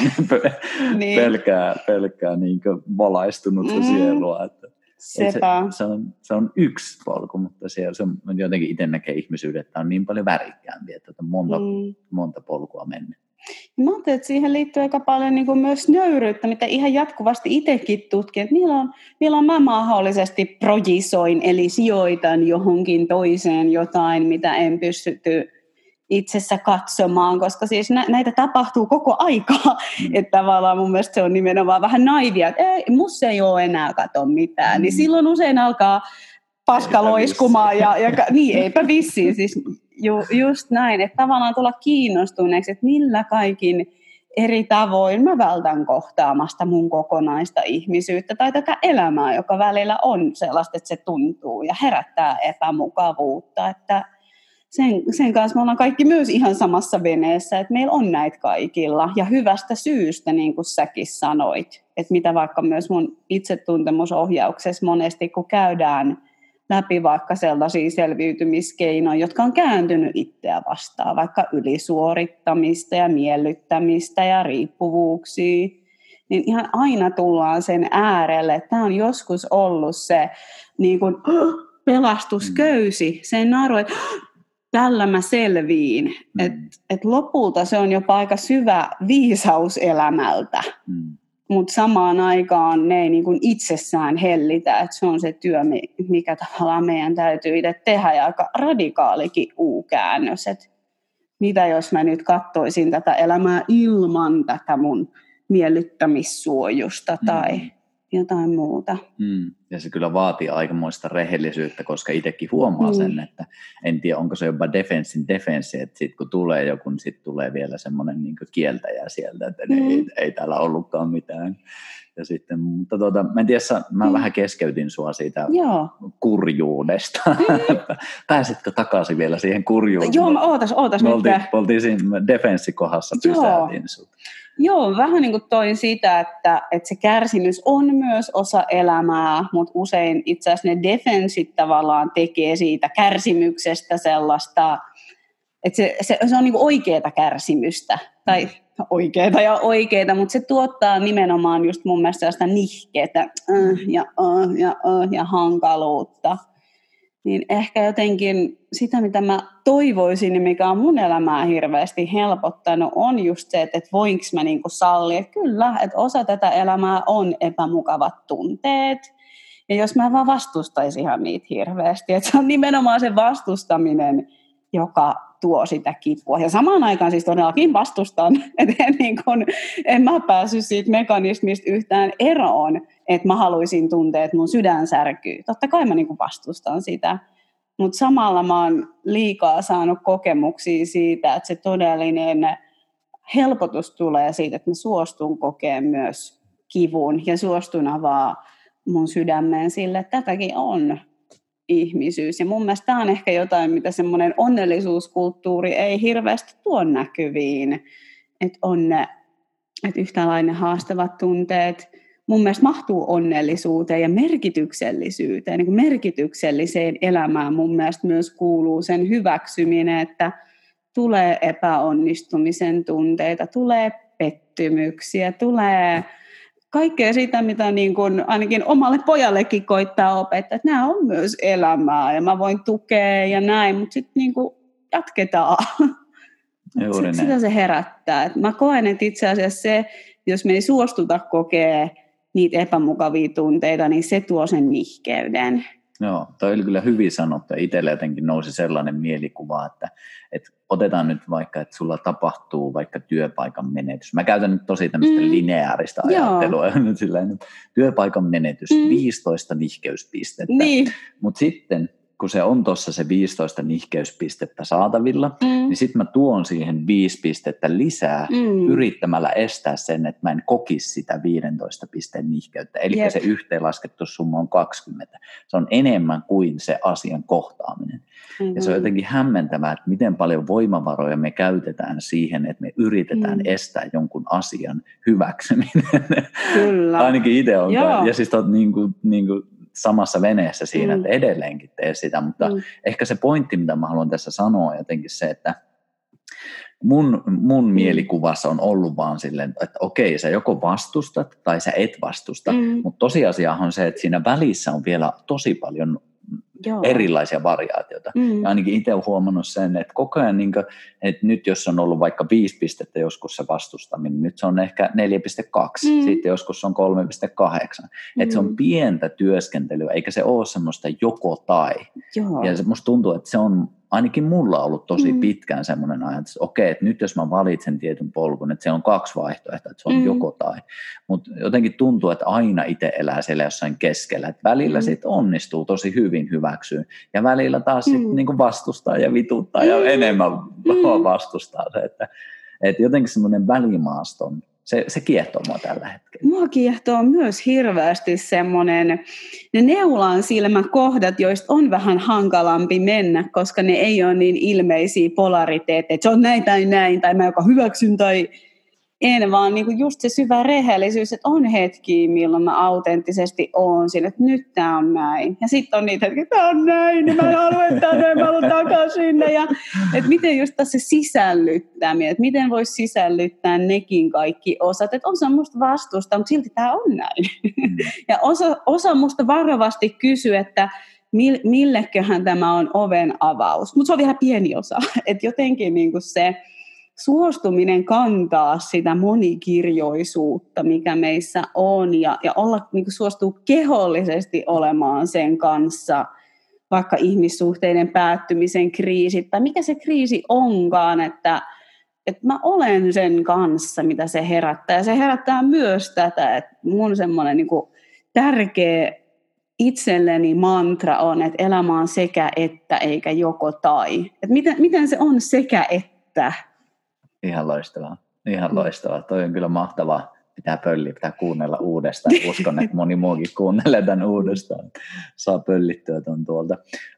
pelkää niin valaistunutta sielua. Että se on yksi polku, mutta se on jotenkin itse näkee ihmisyyden, että on niin paljon värikkäämpiä, että on monta polkua mennyt. Mä ajattelin, että siihen liittyy aika paljon niin kuin myös nöyryyttä, mitä ihan jatkuvasti itsekin tutkin. Että milloin mä mahdollisesti projisoin, eli sijoitan johonkin toiseen jotain, mitä en pysty itsessä katsomaan, koska siis näitä tapahtuu koko aikaa. Että tavallaan mun mielestä se on nimenomaan vähän naivia, että musta ei ole enää kato mitään. Niin silloin usein alkaa paska loiskumaan niin eipä vissiin. Siis just näin, että tavallaan tulla kiinnostuneeksi, että millä kaikin eri tavoin mä vältän kohtaamasta mun kokonaista ihmisyyttä tai tätä elämää, joka välillä on sellaista, että se tuntuu ja herättää epämukavuutta, että sen kanssa me ollaan kaikki myös ihan samassa veneessä, että meillä on näitä kaikilla ja hyvästä syystä, niin kuin säkin sanoit, että mitä vaikka myös mun itsetuntemusohjauksessa monesti, kun käydään läpi vaikka sellaisia selviytymiskeinoja, jotka on kääntynyt itseä vastaan, vaikka ylisuorittamista ja miellyttämistä ja riippuvuuksia, niin ihan aina tullaan sen äärelle, että tämä on joskus ollut se niin kuin, pelastusköysi, se naru, että tällä mä selviin. Että lopulta se on jopa aika syvä viisaus elämältä. Mutta samaan aikaan ne ei niin kuin itsessään hellitä, että se on se työ, mikä tavallaan meidän täytyy itse tehdä, ja aika radikaalikin U-käännös, että mitä jos mä nyt katsoisin tätä elämää ilman tätä mun miellyttämissuojusta tai jotain muuta. Ja se kyllä vaatii aikamoista rehellisyyttä, koska itsekin huomaa sen, että en tiedä, onko se jopa defenssin defenssi, että sitten kun tulee joku, niin sitten tulee vielä semmoinen niin kuin kieltäjä sieltä, että ei täällä ollutkaan mitään. Ja sitten, mutta mä en tiedä, mä vähän keskeytin sua siitä kurjuudesta. Pääsitkö takaisin vielä siihen kurjuuteen? Joo, mä ootas nyt. Me oltiin siinä defenssikohdassa, pysäytin sut. Joo, vähän niin kuin toin sitä, että se kärsimys on myös osa elämää, mutta usein itse asiassa ne defenssit tavallaan tekee siitä kärsimyksestä sellaista, että se on niin kuin oikeaa kärsimystä, tai oikeeta, mutta se tuottaa nimenomaan just mun mielestä sellaista nihkeetä ja hankaluutta. Niin ehkä jotenkin sitä, mitä mä toivoisin ja mikä on mun elämää hirveästi helpottanut, on just se, että voinko mä niinku sallia, että kyllä, että osa tätä elämää on epämukavat tunteet. Ja jos mä vaan vastustaisin ihan niitä hirveästi, että se on nimenomaan se vastustaminen, joka tuo sitä kipua. Ja samaan aikaan siis todellakin vastustan, että en mä päässyt siitä mekanismista yhtään eroon, että mä haluaisin tuntea, että mun sydän särkyy. Totta kai mä niin kuin vastustan sitä, mutta samalla mä oon liikaa saanut kokemuksia siitä, että se todellinen helpotus tulee siitä, että mä suostun kokeen myös kivun ja suostun avaa mun sydämeen sille, että tätäkin on ihmisyys. Ja mun mielestä tämä on ehkä jotain, mitä semmoinen onnellisuuskulttuuri ei hirveästi tuo näkyviin. Että on että yhtälainen haastavat tunteet mun mielestä mahtuu onnellisuuteen ja merkityksellisyyteen. Niin kuin merkitykselliseen elämään mun mielestä myös kuuluu sen hyväksyminen, että tulee epäonnistumisen tunteita, tulee pettymyksiä, tulee kaikkea sitä, mitä niin kuin ainakin omalle pojallekin koittaa opettaa, että nämä on myös elämää ja mä voin tukea ja näin, mutta sitten niin kuin jatketaan. Sitä se herättää. Et mä koen, että itse asiassa se, jos me ei suostuta kokea niitä epämukavia tunteita, niin se tuo sen nihkeyden. Joo, toi oli kyllä hyvin sanottu. Itselle jotenkin nousi sellainen mielikuva, että otetaan nyt vaikka, että sulla tapahtuu vaikka työpaikan menetys. Mä käytän nyt tosi tämmöistä lineaarista ajattelua. Työpaikan menetys, 15 nihkeyspistettä. Niin. Mutta sitten, kun se on tuossa se 15 nihkeyspistettä saatavilla, niin sitten mä tuon siihen 5 pistettä lisää yrittämällä estää sen, että mä en kokisi sitä 15 pisteen nihkeyttä. Eli se yhteenlaskettu summa on 20. Se on enemmän kuin se asian kohtaaminen. Ja se on jotenkin hämmentävää, että miten paljon voimavaroja me käytetään siihen, että me yritetään estää jonkun asian hyväksyminen. Kyllä. Ainakin itse on. Ja siis niin kuin samassa veneessä siinä, että edelleenkin tee sitä, mutta ehkä se pointti, mitä mä haluan tässä sanoa, on jotenkin se, että mun mielikuvassa on ollut vaan silleen, että okei, sä joko vastustat tai sä et vastusta, mutta tosiasiahan on se, että siinä välissä on vielä tosi paljon erilaisia variaatioita. Ja ainakin itse olen huomannut sen, että koko ajan, niin kuin, että nyt jos on ollut vaikka 5 pistettä joskus se vastustaminen, nyt se on ehkä 4,2, sitten joskus on 3,8. Että se on pientä työskentelyä, eikä se ole semmoista joko tai. Ja se musta tuntuu, että se on ainakin mulla ollut tosi pitkään semmoinen ajatus, että okei, että nyt jos mä valitsen tietyn polkun, että se on 2 vaihtoehtoa, että se on joko tai. Mutta jotenkin tuntuu, että aina itse elää siellä jossain keskellä, että välillä sitten onnistuu tosi hyvin hyväksyä, ja välillä taas sit niinku vastustaa ja vituttaa ja enemmän vastustaa se, että jotenkin semmoinen välimaaston, se kiehtoo mua tällä hetkellä. Mua kiehtoo myös hirveästi semmoinen, ne neulan silmäkohdat, joista on vähän hankalampi mennä, koska ne ei ole niin ilmeisiä polariteetteja, että se on näin, tai mä joka hyväksyn tai en, vaan niinku just se syvä rehellisyys, että on hetkiä, milloin mä autenttisesti oon siinä, että nyt tää on näin. Ja sitten on niitä hetkiä, että tää on näin, mä haluan tänne, mä haluan takaisin. Ja että miten just tässä sisällyttäminen, että miten voisi sisällyttää nekin kaikki osat. Että osa musta vastustaa, mutta silti tää on näin. Ja osa musta varovasti kysyy, että milleköhän tämä on oven avaus. Mutta se on vielä pieni osa. Että jotenkin niinku se suostuminen kantaa sitä monikirjoisuutta, mikä meissä on, ja olla, niin kuin suostuu kehollisesti olemaan sen kanssa, vaikka ihmissuhteiden päättymisen kriisit, tai mikä se kriisi onkaan, että mä olen sen kanssa, mitä se herättää. Ja se herättää myös tätä, että mun semmoinen niin kuin tärkeä itselleni mantra on, että elämä on sekä että, eikä joko tai. Että miten se on sekä että? Ihan loistavaa. Toi on kyllä mahtavaa. Pitää kuunnella uudestaan. Uskon, että moni muukin kuunnelee tämän uudestaan. Saa pöllittyä ton tuolta.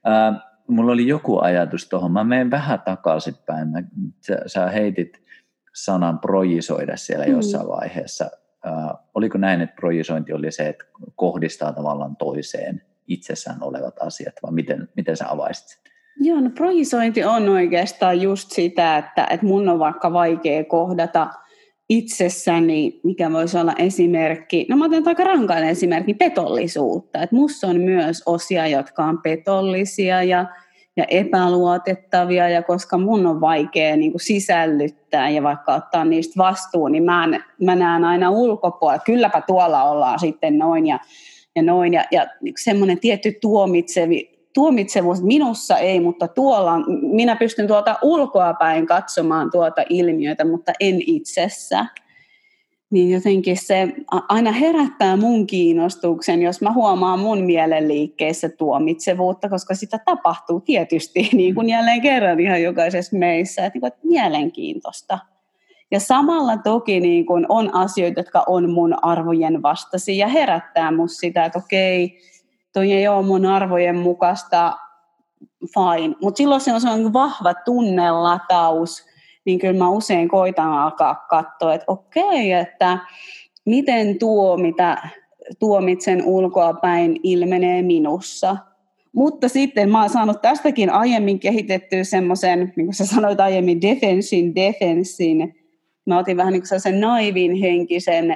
Mulla oli joku ajatus tuohon. Mä menen vähän takaisinpäin. Sä heitit sanan projisoida siellä jossain vaiheessa. Oliko näin, että projisointi oli se, että kohdistaa tavallaan toiseen itsessään olevat asiat, vai miten sä avaisit sen? Joo, no projisointi on oikeastaan just sitä, että mun on vaikka vaikea kohdata itsessäni, mikä voisi olla esimerkki, no mä otan aika rankainen esimerkki, petollisuutta. Että musta on myös osia, jotka on petollisia ja epäluotettavia, ja koska mun on vaikea niin kuin sisällyttää ja vaikka ottaa niistä vastuun, niin mä näen aina ulkopuolella, kylläpä tuolla ollaan sitten noin ja noin, ja semmoinen tietty tuomitsevuus minussa ei, mutta tuolla minä pystyn tuolta ulkoapäin katsomaan tuota ilmiötä, mutta en itsessä. Niin jotenkin se aina herättää mun kiinnostuksen, jos mä huomaan mun mielenliikkeissä tuomitsevuutta, koska sitä tapahtuu tietysti, niin kuin jälleen kerran ihan jokaisessa meissä, että mielenkiintoista. Ja samalla toki niin kuin on asioita, jotka on mun arvojen vastaisia ja herättää musta sitä, että okei, toi ei ole mun arvojen mukaista, fine. Mutta silloin se on vahva tunnelataus, niin kyllä mä usein koitan alkaa katsoa, että okei, että miten tuo, mitä tuomitsen ulkoapäin, ilmenee minussa. Mutta sitten mä oon saanut tästäkin aiemmin kehitettyä semmoisen, niin kuin sä sanoit aiemmin, defensin. Mä otin vähän niin kuin sellaisen naivin henkisen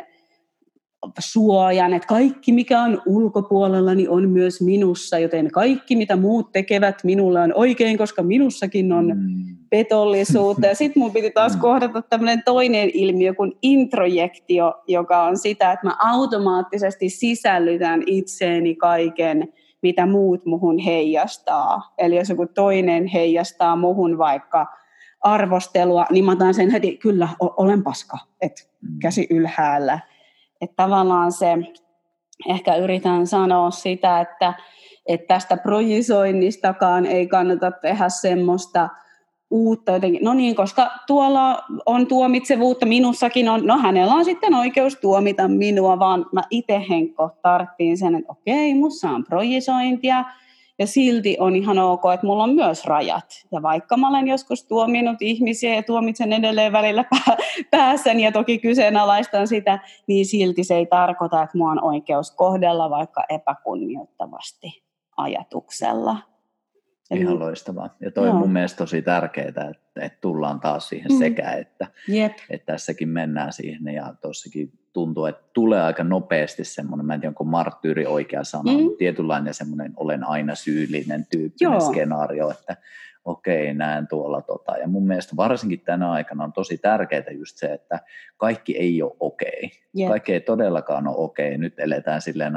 suojan, että kaikki mikä on ulkopuolellani on myös minussa, joten kaikki mitä muut tekevät minulla on oikein, koska minussakin on petollisuutta. Ja sitten mun piti taas kohdata tämmöinen toinen ilmiö kuin introjektio, joka on sitä, että mä automaattisesti sisällytän itseeni kaiken, mitä muut muhun heijastaa. Eli jos joku toinen heijastaa muhun vaikka arvostelua, niin mä otan sen heti, kyllä, olen paska, että käsi ylhäällä. Että tavallaan se, ehkä yritän sanoa sitä, että tästä projisoinnistakaan ei kannata tehdä semmoista uutta jotenkin. No niin, koska tuolla on tuomitsevuutta, minussakin on, no hänellä on sitten oikeus tuomita minua, vaan mä itse Henkko tarttiin sen, että okei, musta on projisointia, ja silti on ihan ok, että mulla on myös rajat. Ja vaikka mä olen joskus tuominut ihmisiä ja tuomitsen edelleen välillä päässäni ja toki kyseenalaistan sitä, niin silti se ei tarkoita, että mulla on oikeus kohdella vaikka epäkunnioittavasti ajatuksella. Ihan loistavaa. Ja toi on mun mielestä tosi tärkeää, että tullaan taas siihen sekä, että tässäkin mennään siihen. Ja tuossakin tuntuu, että tulee aika nopeasti semmoinen, mä en tiedä, onko marttyyri oikea sana, mutta tietynlainen semmoinen olen aina syyllinen tyyppinen skenaario, että okei, näen tuolla ja mun mielestä varsinkin tänä aikana on tosi tärkeää just se, että kaikki ei ole okei. Kaikki ei todellakaan ole okei. Nyt eletään silleen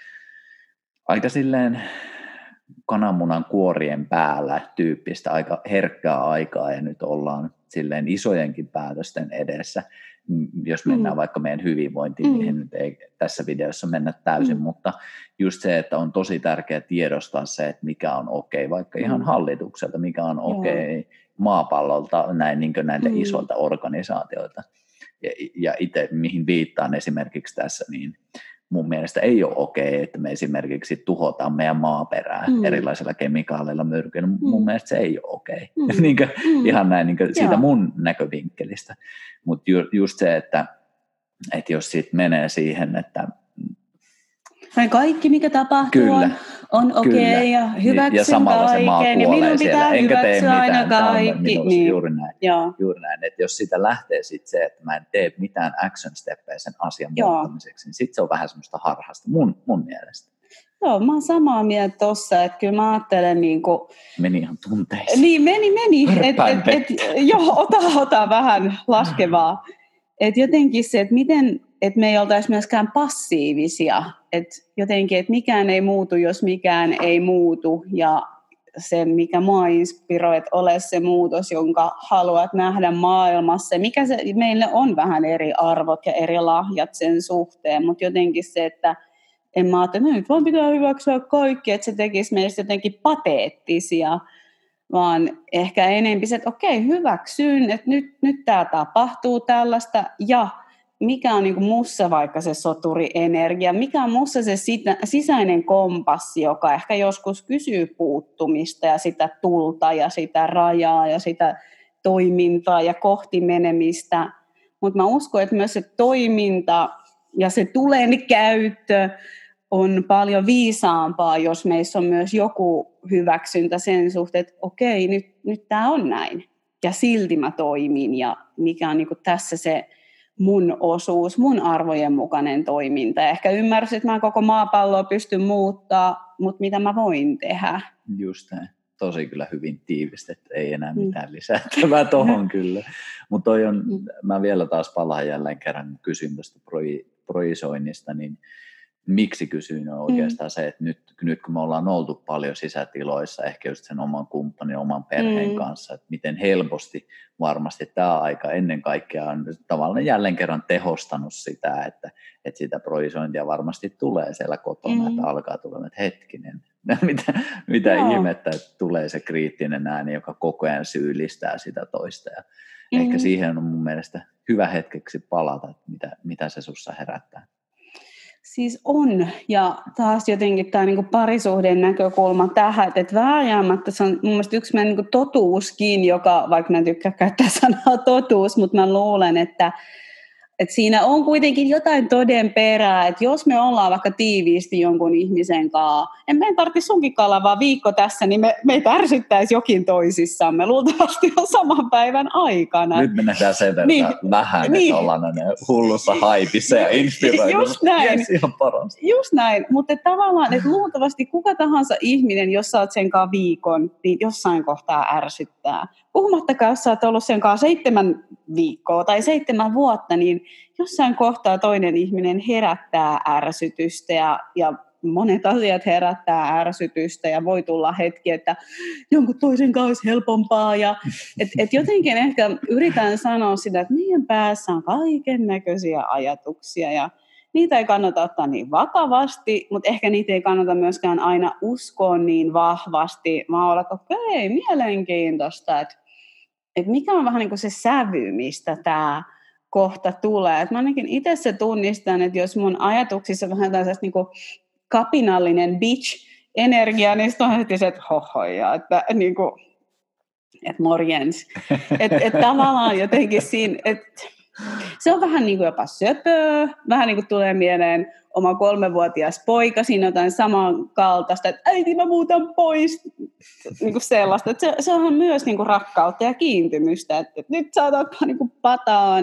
aika silleen kananmunan kuorien päällä tyyppistä, aika herkkää aikaa, ja nyt ollaan silleen isojenkin päätösten edessä, jos mennään vaikka meidän hyvinvointiin, mihin nyt ei tässä videossa mennä täysin, mutta just se, että on tosi tärkeää tiedostaa se, että mikä on okei, vaikka ihan hallitukselta, mikä on okei maapallolta, näin niin kuin näiltä isolta organisaatioilta. Ja itse, mihin viittaan esimerkiksi tässä, niin mun mielestä ei ole okei, että me esimerkiksi tuhotaan meidän maaperää erilaisilla kemikaaleilla, myrkyillä. Mun mielestä se ei ole okei. Ihan näin niin siitä mun näkövinkkelistä. Mutta just se, että jos siitä menee siihen, että kaikki, mikä tapahtuu, on okei ja hyväksyn ja samalla se maa kaiken, kuolee ja minun siellä, pitää enkä tee hyväksyä aina mitään. kaikki. Niin. Juuri näin. Että jos siitä lähtee sit se, että mä en tee mitään action steppejä sen asian muuttamiseksi, niin sitten se on vähän semmoista harhasta mun mielestä. Joo, mä oon samaa mieltä tossa, että kyllä mä ajattelen Meni ihan tunteisiin. Niin, meni. Joo, ota vähän laskevaa. Että jotenkin se, että miten, että me ei oltaisi myöskään passiivisia, että jotenkin, että mikään ei muutu, jos mikään ei muutu, ja se, mikä mua inspiroi, että ole se muutos, jonka haluat nähdä maailmassa, mikä se, meille on vähän eri arvot ja eri lahjat sen suhteen, mutta jotenkin se, että en mä ajattele, että nyt vaan pitää hyväksyä kaikki, että se tekisi meistä jotenkin pateettisia, vaan ehkä enemmän se, että okei, hyväksyn, että nyt tämä tapahtuu tällaista, ja mikä on niin kuin mussa vaikka se soturienergia, mikä on mussa se sisäinen kompassi, joka ehkä joskus kysyy puuttumista ja sitä tulta ja sitä rajaa ja sitä toimintaa ja kohti menemistä, mutta mä uskon, että myös se toiminta ja se tulen käyttö on paljon viisaampaa, jos meissä on myös joku hyväksyntä sen suhteen, että okei, nyt tämä on näin. Ja silti mä toimin, ja mikä on niinku tässä se mun osuus, mun arvojen mukainen toiminta. Ja ehkä ymmärsin, että mä koko maapalloa pystyn muuttaa, mutta mitä mä voin tehdä. Just näin. Tosi kyllä hyvin tiivistetty, ei enää mitään lisättävää tohon kyllä. Mutta mä vielä taas palaan jälleen kerran kysyn tuosta projisoinnista, niin miksi kysyin on oikeastaan se, että nyt kun me ollaan oltu paljon sisätiloissa, ehkä just sen oman kumppanin, oman perheen kanssa, että miten helposti varmasti tämä aika ennen kaikkea on tavallaan jälleen kerran tehostanut sitä, että sitä projisointia varmasti tulee siellä kotona, että alkaa tulla, että hetkinen, mitä ihmettä, että tulee se kriittinen ääni, joka koko ajan syyllistää sitä toista. Ja ehkä siihen on mun mielestä hyvä hetkeksi palata, että mitä se sussa herättää. Siis on, ja taas jotenkin tämä niinku parisuhteen näkökulma tähän, että vääjäämättä se on mun mielestä yksi meidän niinku totuuskin, joka, vaikka mä en tykkää käyttää sanaa totuus, mutta mä luulen, että siinä on kuitenkin jotain toden perää, että jos me ollaan vaikka tiiviisti jonkun ihmisen kanssa, en meidän tarvitse sunkin olla vaan viikko tässä, niin me ei ärsyttäisi jokin toisissamme, luultavasti on saman päivän aikana. Nyt me nähdään sen verran vähän, että ollaan hullussa haipissa ja inspiroitu. Just näin, just näin. Mutta tavallaan, että luultavasti kuka tahansa ihminen, jos sä oot sen kanssa viikon, niin jossain kohtaa ärsyttää. Puhumattakaan, jos sä oot ollut sen kanssa 7 viikkoa tai 7 vuotta, niin jossain kohtaa toinen ihminen herättää ärsytystä ja monet asiat herättää ärsytystä ja voi tulla hetki, että jonkun toisen kanssa olisi helpompaa. Ja, et jotenkin ehkä yritän sanoa sitä, että meidän päässä on kaiken näköisiä ajatuksia ja niitä ei kannata ottaa niin vakavasti, mutta ehkä niitä ei kannata myöskään aina uskoa niin vahvasti. Mä olen, että okei, mielenkiintoista, että mikä on vähän niin kuin se sävy, mistä tämä kohta tulee. Et mä ainakin itse se tunnistan, että jos mun ajatuksissa vähän tällaisesta niin kuin kapinallinen bitch-energia, niin sitten on heti se, että hohoja, että niin kuin, että morjens. Että tavallaan jotenkin siinä, että se on vähän niin kuin jopa söpöä, vähän niin kuin tulee mieleen oma 3-vuotias poika, siinä on jotain samankaltaista, että äiti mä muutan pois, niin kuin sellaista. Että se on myös niin kuin rakkautta ja kiintymystä, että nyt sä otat niin kuin pataan,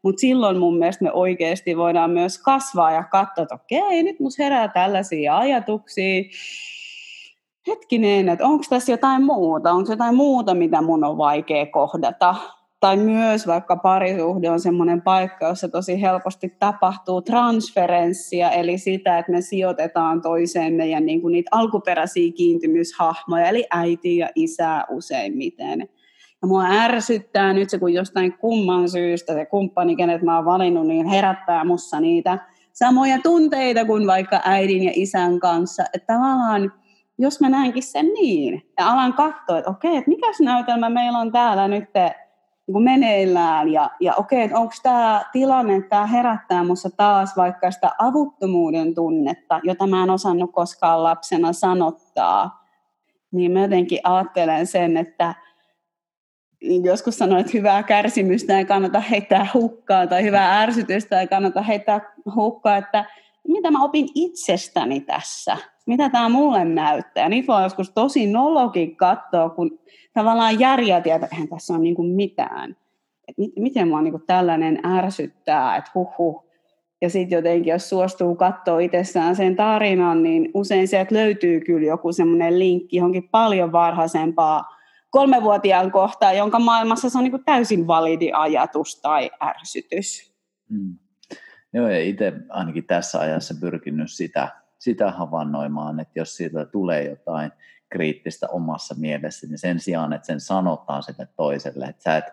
Mutta silloin mun mielestä me oikeasti voidaan myös kasvaa ja katsoa, että okei, nyt musta herää tällaisia ajatuksia. Hetkinen, että onko tässä jotain muuta, mitä mun on vaikea kohdata. Tai myös vaikka parisuhde on semmoinen paikka, jossa tosi helposti tapahtuu transferenssia, eli sitä, että me sijoitetaan toiseen meidän niin kuin niitä alkuperäisiä kiintymyshahmoja, eli äitiä ja isää useimmiten. Ja mua ärsyttää nyt se, kun jostain kumman syystä se kumppani, kenet mä oon valinnut, niin herättää mussa niitä samoja tunteita kuin vaikka äidin ja isän kanssa. Että tavallaan, jos mä näenkin sen niin, ja alan katsoa, että okei, että mikäs näytelmä meillä on täällä nyt niin meneillään, ja okei, että onko tämä tilanne, että tämä herättää minussa taas vaikka sitä avuttomuuden tunnetta, jota mä en osannut koskaan lapsena sanottaa, niin mä jotenkin ajattelen sen, että joskus sanoin, että hyvää kärsimystä ei kannata heittää hukkaan, tai hyvää ärsytystä ei kannata heittää hukkaan, että mitä mä opin itsestäni tässä, mitä tämä mulle näyttää. Niitä voi joskus tosi nolokin katsoa, kun tavallaan järjätiä, että eihän tässä ole niin kuin mitään. Et miten mua niin kuin tällainen ärsyttää, että huhhuh. Ja sitten jotenkin, jos suostuu katsoa itsessään sen tarinan, niin usein sieltä löytyy kyllä joku semmoinen linkki johonkin paljon varhaisempaa 3-vuotiaan kohtaan, jonka maailmassa se on niin kuin täysin validi ajatus tai ärsytys. Joo, ja itse ainakin tässä ajassa pyrkinyt sitä havainnoimaan, että jos siitä tulee jotain kriittistä omassa mielessä, niin sen sijaan, että sen sanotaan sille toiselle, että sä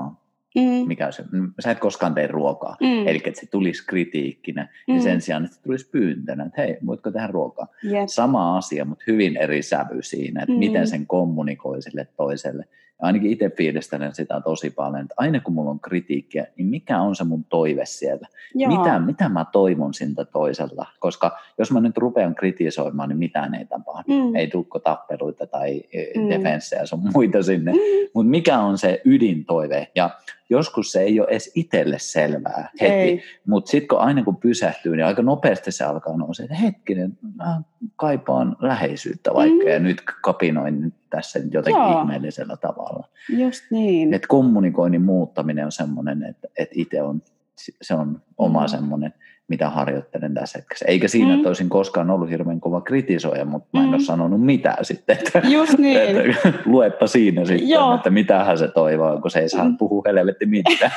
et koskaan tee ruokaa, eli että se tulisi kritiikkinä, niin sen sijaan, että se tulisi pyyntönä, että hei, voitko tehdä ruokaa? Yep. Sama asia, mutta hyvin eri sävy siinä, että miten sen kommunikoi sille toiselle. Ja ainakin itse fiilistelen sitä tosi paljon, että aina kun mulla on kritiikkiä, niin mikä on se mun toive siellä? Mitä mä toivon siltä toiselta? Koska jos mä nyt rupean kritisoimaan, niin mitään ei tapahdu. Ei tukko tappeluita tai defenssejä sun muita sinne. Mutta mikä on se ydintoive? Ja joskus se ei ole edes itselle selvää heti. Mutta sitten aina kun pysähtyy, niin aika nopeasti se alkaa nousee, että hetkinen, mä kaipaan läheisyyttä vaikka, ja nyt kapinoin tässä jotenkin ihmeellisellä tavalla. Just niin. Että kommunikoinnin muuttaminen on semmoinen, että itse se on oma semmoinen, mitä harjoittelen tässä hetkessä. Eikä siinä, että olisin koskaan ollut hirveän kova kritisoija, mutta mä en ole sanonut mitään sitten. Just niin. Että luepa siinä sitten, että mitähän se toivoo, kun se ei saa puhua helvetti mitään.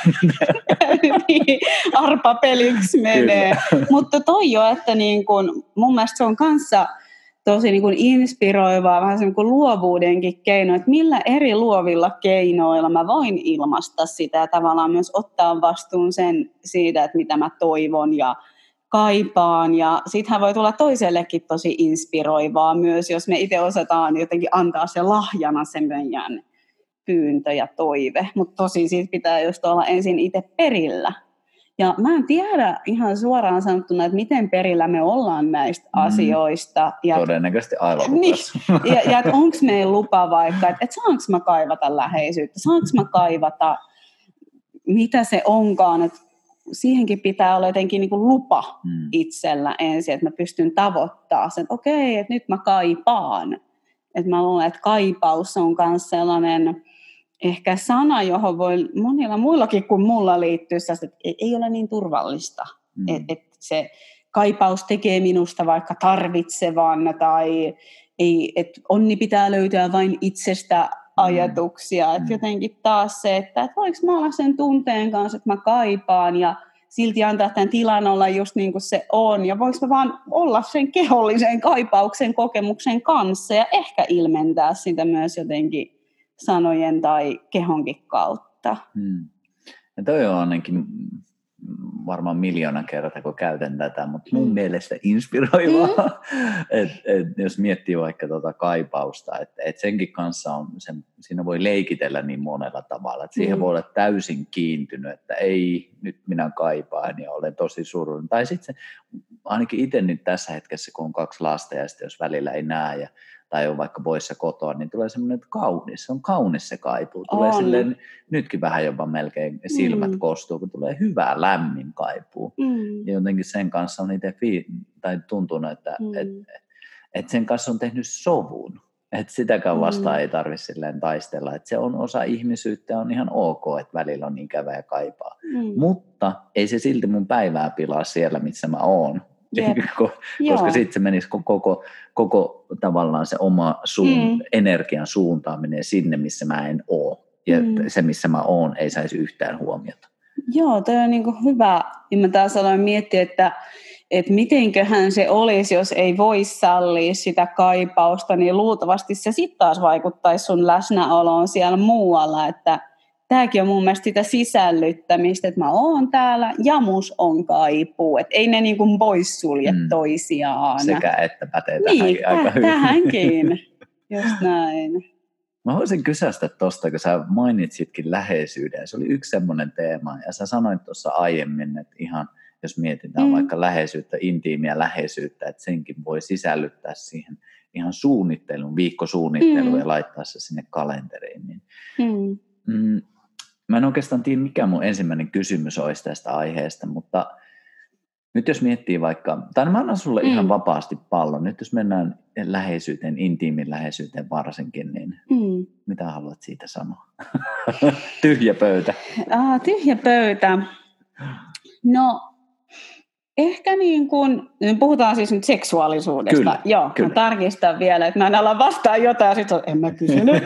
Niin, arpapeliksi menee. Mutta toi jo, että niin kun, mun mielestä se on kanssa tosi niin kuin inspiroivaa, vähän se niin kuin luovuudenkin keino, että millä eri luovilla keinoilla mä voin ilmaista sitä ja tavallaan myös ottaa vastuun siitä, että mitä mä toivon ja kaipaan. Ja sittenhän voi tulla toisellekin tosi inspiroivaa myös, jos me itse osataan jotenkin antaa se lahjana sen meidän pyyntö ja toive. Mutta tosi siitä pitää just olla ensin itse perillä. Ja mä en tiedä ihan suoraan sanottuna, että miten perillä me ollaan näistä asioista. Ja todennäköisesti aivan lupas. Niin, ja että onko meillä lupa vaikka, että saanko mä kaivata läheisyyttä, saanko mä kaivata, mitä se onkaan. Että siihenkin pitää olla jotenkin niin kuin lupa itsellä ensin, että mä pystyn tavoittamaan sen, että okei, että nyt mä kaipaan. Että mä luulen, että kaipaus on myös sellainen ehkä sana, johon voi monilla muillakin kuin mulla liittyy, että ei ole niin turvallista. Että se kaipaus tekee minusta vaikka tarvitsevan tai että onni pitää löytää vain itsestä ajatuksia. Että jotenkin taas se, että voiko mä olla sen tunteen kanssa, että mä kaipaan ja silti antaa tämän tilan olla just niin kuin se on. Ja voiko mä vaan olla sen kehollisen kaipauksen kokemuksen kanssa ja ehkä ilmentää sitä myös jotenkin sanojen tai kehonkin kautta. Ja toi on ainakin varmaan 1,000,000 kertaa, kun käytän tätä, mutta mun mielestä inspiroivaa, että jos miettii vaikka kaipausta, että senkin kanssa siinä voi leikitellä niin monella tavalla, että siihen voi olla täysin kiintynyt, että ei, nyt minä kaipaan ja olen tosi surullinen. Tai sitten ainakin itse nyt tässä hetkessä, kun on 2 lasta ja sitten jos välillä ei näe tai on vaikka poissa kotoa, niin tulee semmoinen kaunis. Se on kaunis se kaipuu. Tulee silleen, nytkin vähän jopa melkein silmät kostuu, kun tulee hyvä lämmin kaipuu. Ja jotenkin sen kanssa on itse tuntunut, että sen kanssa on tehnyt sovun. Että sitäkään vastaan ei tarvitse silleen taistella. Että se on osa ihmisyyttä, on ihan ok, että välillä on ikävä ja kaipaa. Mutta ei se silti mun päivää pilaa siellä, missä mä oon. Koska sitten se menisi koko tavallaan se oma energian suuntaaminen sinne, missä mä en oo. Ja se, missä mä oon, ei saisi yhtään huomiota. Joo, toi on niin kuin hyvä. Ja mä taas aloin miettiä, että mitenköhän se olisi, jos ei voi sallia sitä kaipausta, niin luultavasti se sitten taas vaikuttaisi sun läsnäoloon siellä muualla, että tämäkin on mun mielestä sitä sisällyttämistä, että mä oon täällä ja mus on kaipuu, että ei ne niin kuin poissulje toisiaan. Sekä että pätee tähänkin aika hyvin. Tähänkin, just näin. Mä haluaisin kysästä tuosta, kun sä mainitsitkin läheisyyden. Se oli yksi semmoinen teema, ja sä sanoit tuossa aiemmin, että ihan jos mietitään vaikka läheisyyttä, intiimiä läheisyyttä, että senkin voi sisällyttää siihen ihan suunnitteluun, viikkosuunnitteluun ja laittaa se sinne kalenteriin. Mä en oikeastaan tiedä, mikä mun ensimmäinen kysymys olisi tästä aiheesta, mutta nyt jos miettii vaikka, tai mä annan sulle ihan vapaasti pallon, nyt jos mennään läheisyyteen, intiimin läheisyyteen varsinkin, niin mitä haluat siitä sanoa? Tyhjä pöytä. Tyhjä pöytä. No, ehkä niin kuin, puhutaan siis nyt seksuaalisuudesta. Kyllä, joo, kyllä. Mä tarkistan vielä, että mä en ala vastaan jotain, ja sitten en mä kysynyt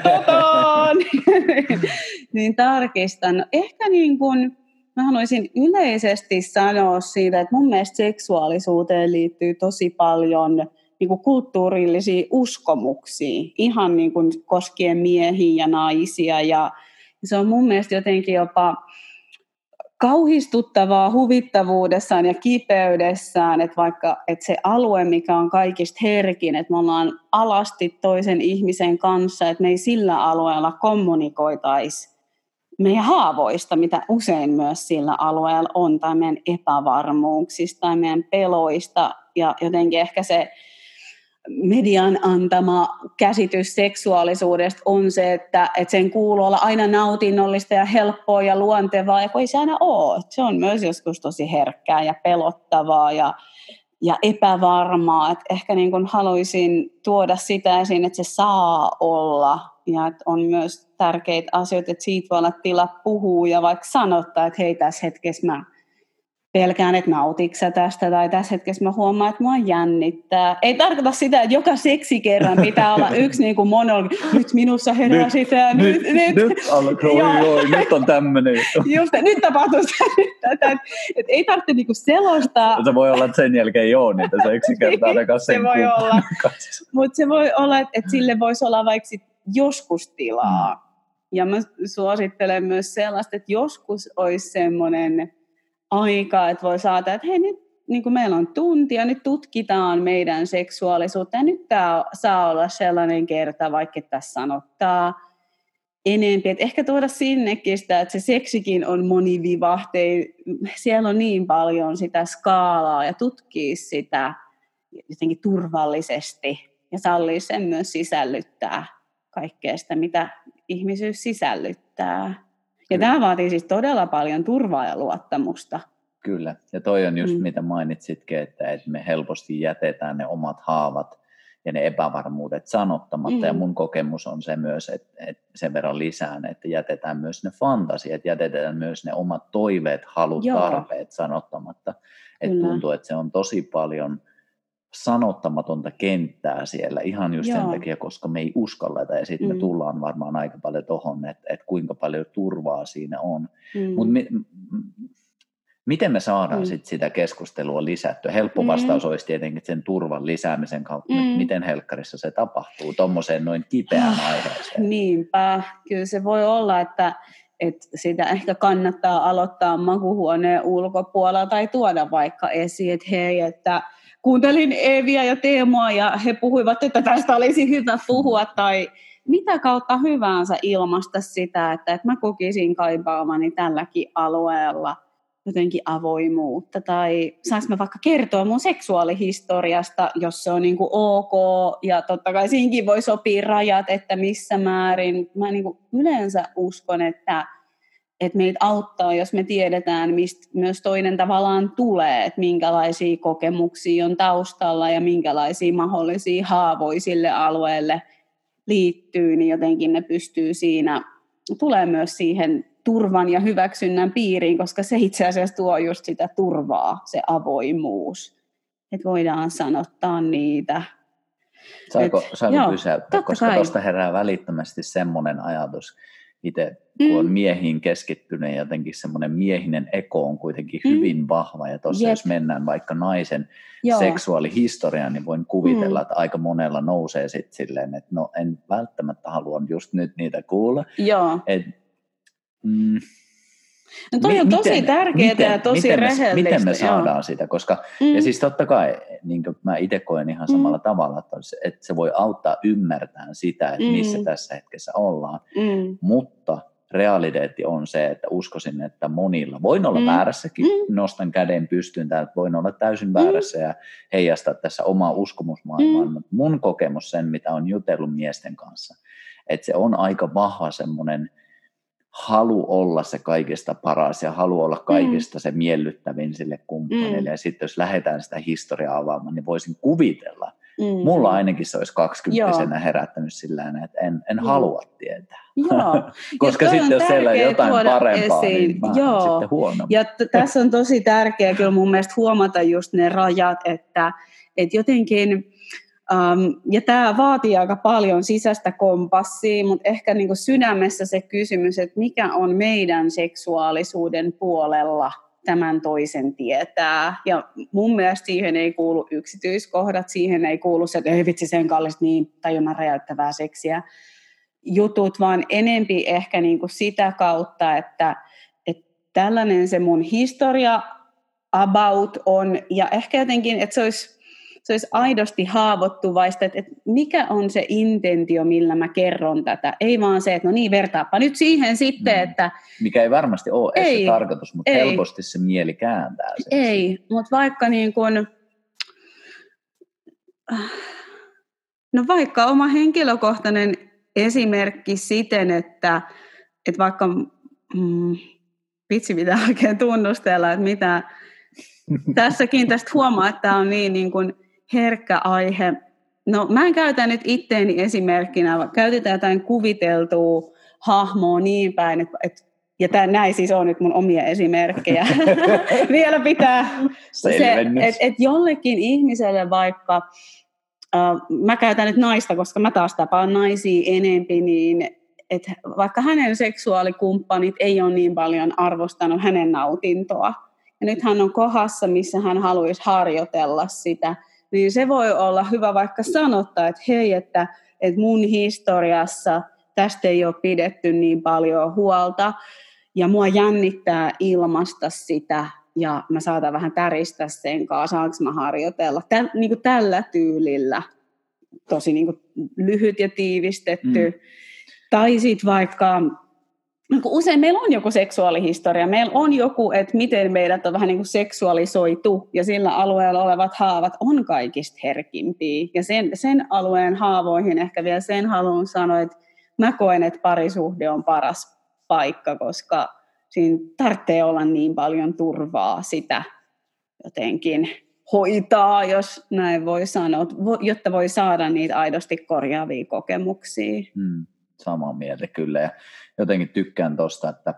niin tarkistan. No, ehkä niin kuin, mä haluaisin yleisesti sanoa siitä, että mun mielestä seksuaalisuuteen liittyy tosi paljon niin kuin kulttuurillisia uskomuksia, ihan niin kuin koskien miehiä ja naisia, ja se on mun mielestä jotenkin jopa kauhistuttavaa huvittavuudessaan ja kipeydessään, että vaikka että se alue, mikä on kaikista herkin, että me ollaan alasti toisen ihmisen kanssa, että me ei sillä alueella kommunikoitaisi meidän haavoista, mitä usein myös sillä alueella on, tai meidän epävarmuuksista, tai meidän peloista, ja jotenkin ehkä se median antama käsitys seksuaalisuudesta on se, että sen kuuluu olla aina nautinnollista ja helppoa ja luontevaa, ja kun ei se aina ole. Se on myös joskus tosi herkkää ja pelottavaa ja epävarmaa. Et ehkä niin kun haluaisin tuoda sitä esiin, että se saa olla, ja että on myös tärkeitä asioita, että siitä voi olla tila puhua ja vaikka sanottaa, että hei, tässä hetkessä mä pelkään, että nautitko sä tästä, tai tässä hetkessä mä huomaan, että mua jännittää. Ei tarkoita sitä, että joka seksikerran pitää olla yksi niin kuin monologi. Nyt minussa herää sitä. Nyt nyt on tämmöinen. Just, nyt tapahtuu sitä. Ei tarvitse niin kuin selostaa. Se voi olla, että sen jälkeen joo niitä seksikertaa. Se voi olla. Mutta se voi olla, että sille voisi olla vaikka joskus tilaa. Ja mä suosittelen myös sellaista, että joskus olisi semmoinen aika, että voi saada, että hei, nyt niin kuin meillä on tunti ja nyt tutkitaan meidän seksuaalisuutta ja nyt tämä saa olla sellainen kerta, vaikka tässä sanottaa enemmän. Että ehkä tuoda sinnekin sitä, että se seksikin on monivivahteinen, siellä on niin paljon sitä skaalaa ja tutkii sitä jotenkin turvallisesti ja sallii sen myös sisällyttää kaikkea sitä, mitä ihmisyys sisällyttää. Ja tämä vaatii siis todella paljon turvaa ja luottamusta. Kyllä, ja toi on just mitä mainitsitkin, että me helposti jätetään ne omat haavat ja ne epävarmuudet sanottamatta. Ja mun kokemus on se myös, että sen verran lisään, että jätetään myös ne fantasiat, jätetään myös ne omat toiveet, halut, tarpeet sanottamatta. Että tuntuu, että se on tosi paljon sanottamatonta kenttää siellä ihan just sen takia, koska me ei uskalleta ja sitten me tullaan varmaan aika paljon tohon, että kuinka paljon turvaa siinä on. Mutta miten me saadaan sit sitä keskustelua lisättyä? Helppo vastaus olisi tietenkin sen turvan lisäämisen kautta, miten helkkarissa se tapahtuu tuommoiseen noin kipeään aiheeseen. Niinpä, kyllä se voi olla, että sitä ehkä kannattaa aloittaa makuuhuoneen ulkopuolella tai tuoda vaikka esiin, että hei, että kuuntelin Eeviä ja Teemoa ja he puhuivat, että tästä olisi hyvä puhua tai mitä kautta hyvänsä ilmaista sitä, että mä kokisin kaipaamani tälläkin alueella jotenkin avoimuutta tai saanko mä vaikka kertoa mun seksuaalihistoriasta, jos se on niin kuin ok ja totta kai siinkin voi sopia rajat, että missä määrin. Mä niin kuin yleensä uskon, että meitä auttaa, jos me tiedetään, mistä myös toinen tavallaan tulee, että minkälaisia kokemuksia on taustalla ja minkälaisia mahdollisia haavoja sille alueelle liittyy, niin jotenkin ne pystyy siinä, tulee myös siihen turvan ja hyväksynnän piiriin, koska se itse asiassa tuo just sitä turvaa, se avoimuus, että voidaan sanottaa niitä. Saako pysäyttää, koska tuosta herää välittömästi semmoinen ajatus itse, kun on miehiin keskittynyt, jotenkin semmoinen miehinen eko on kuitenkin hyvin vahva, ja tuossa jos mennään vaikka naisen seksuaalihistoriaan, niin voin kuvitella, että aika monella nousee sitten silleen, että no en välttämättä halua just nyt niitä kuulla. Joo. No toi on tosi tärkeää ja tosi rehellistä. Miten me saadaan sitä, koska ja siis totta kai, niin kuin mä itse koen ihan samalla tavalla, että se voi auttaa ymmärtämään sitä, että missä tässä hetkessä ollaan, mutta realiteetti on se, että uskoisin, että monilla, voin olla väärässäkin, nostan käden pystyyn täältä, voin olla täysin väärässä ja heijastaa tässä omaa uskomusmaailmaa, mutta mun kokemus sen, mitä on jutellut miesten kanssa, että se on aika vahva semmoinen halu olla se kaikista paras ja halu olla kaikista se miellyttävin sille kumppanille. Ja sitten jos lähdetään sitä historiaa avaamaan, niin voisin kuvitella. Mulla ainakin se olisi 20-vuotiaana herättänyt sillä että en halua tietää. Koska sitten jos siellä on jotain parempaa, niin mä sitten huono. Ja tässä on tosi tärkeää kyllä mun mielestä huomata just ne rajat, että jotenkin ja tämä vaatii aika paljon sisäistä kompassia, mutta ehkä niin kuin sydämessä se kysymys, että mikä on meidän seksuaalisuuden puolella tämän toisen tietää. Ja mun mielestä siihen ei kuulu yksityiskohdat, siihen ei kuulu se, että ei vitsi sen kallis niin tajunnan räjäyttävää seksiä jutut, vaan enempi ehkä niin kuin sitä kautta, että tällainen se mun historia about on, ja ehkä jotenkin, että se olisi aidosti haavoittuvaista, että mikä on se intentio, millä mä kerron tätä. Ei vaan se, että no niin, vertaappa nyt siihen sitten, että mikä ei varmasti ole edes se tarkoitus, mutta helposti se mieli kääntää sen. Ei, mutta vaikka niin kuin, no vaikka oma henkilökohtainen esimerkki siten, että vaikka vitsi pitää oikein tunnustella, että mitä tässäkin tästä huomaa, että tämä on niin kuin herkkä aihe. No mä en käytä nyt itteeni esimerkkinä, vaan käytetään jotain kuviteltua hahmoa niin päin, ja näin siis on nyt mun omia esimerkkejä. Vielä pitää se, että jollekin ihmiselle vaikka, mä käytän nyt naista, koska mä taas tapaan naisia enempi, niin että vaikka hänen seksuaalikumppanit ei ole niin paljon arvostanut hänen nautintoa, ja nyt hän on kohdassa, missä hän haluaisi harjoitella sitä, niin se voi olla hyvä vaikka sanottaa, että hei, että mun historiassa tästä ei ole pidetty niin paljon huolta, ja mua jännittää ilmaista sitä, ja mä saatan vähän täristää sen kanssa, saanko mä harjoitella. Niin kuin tällä tyylillä, tosi niin kuin lyhyt ja tiivistetty. Tai sitten vaikka usein meillä on joku seksuaalihistoria, meillä on joku, että miten meidät on vähän niin kuin seksuaalisoitu, ja sillä alueella olevat haavat on kaikista herkimpiä. Ja sen alueen haavoihin ehkä vielä sen haluan sanoa, että mä koen, että parisuhde on paras paikka, koska siinä tarvitsee olla niin paljon turvaa sitä jotenkin hoitaa, jos näin voi sanoa, jotta voi saada niitä aidosti korjaavia kokemuksia. Samaa mieltä kyllä, ja jotenkin tykkään tuosta, että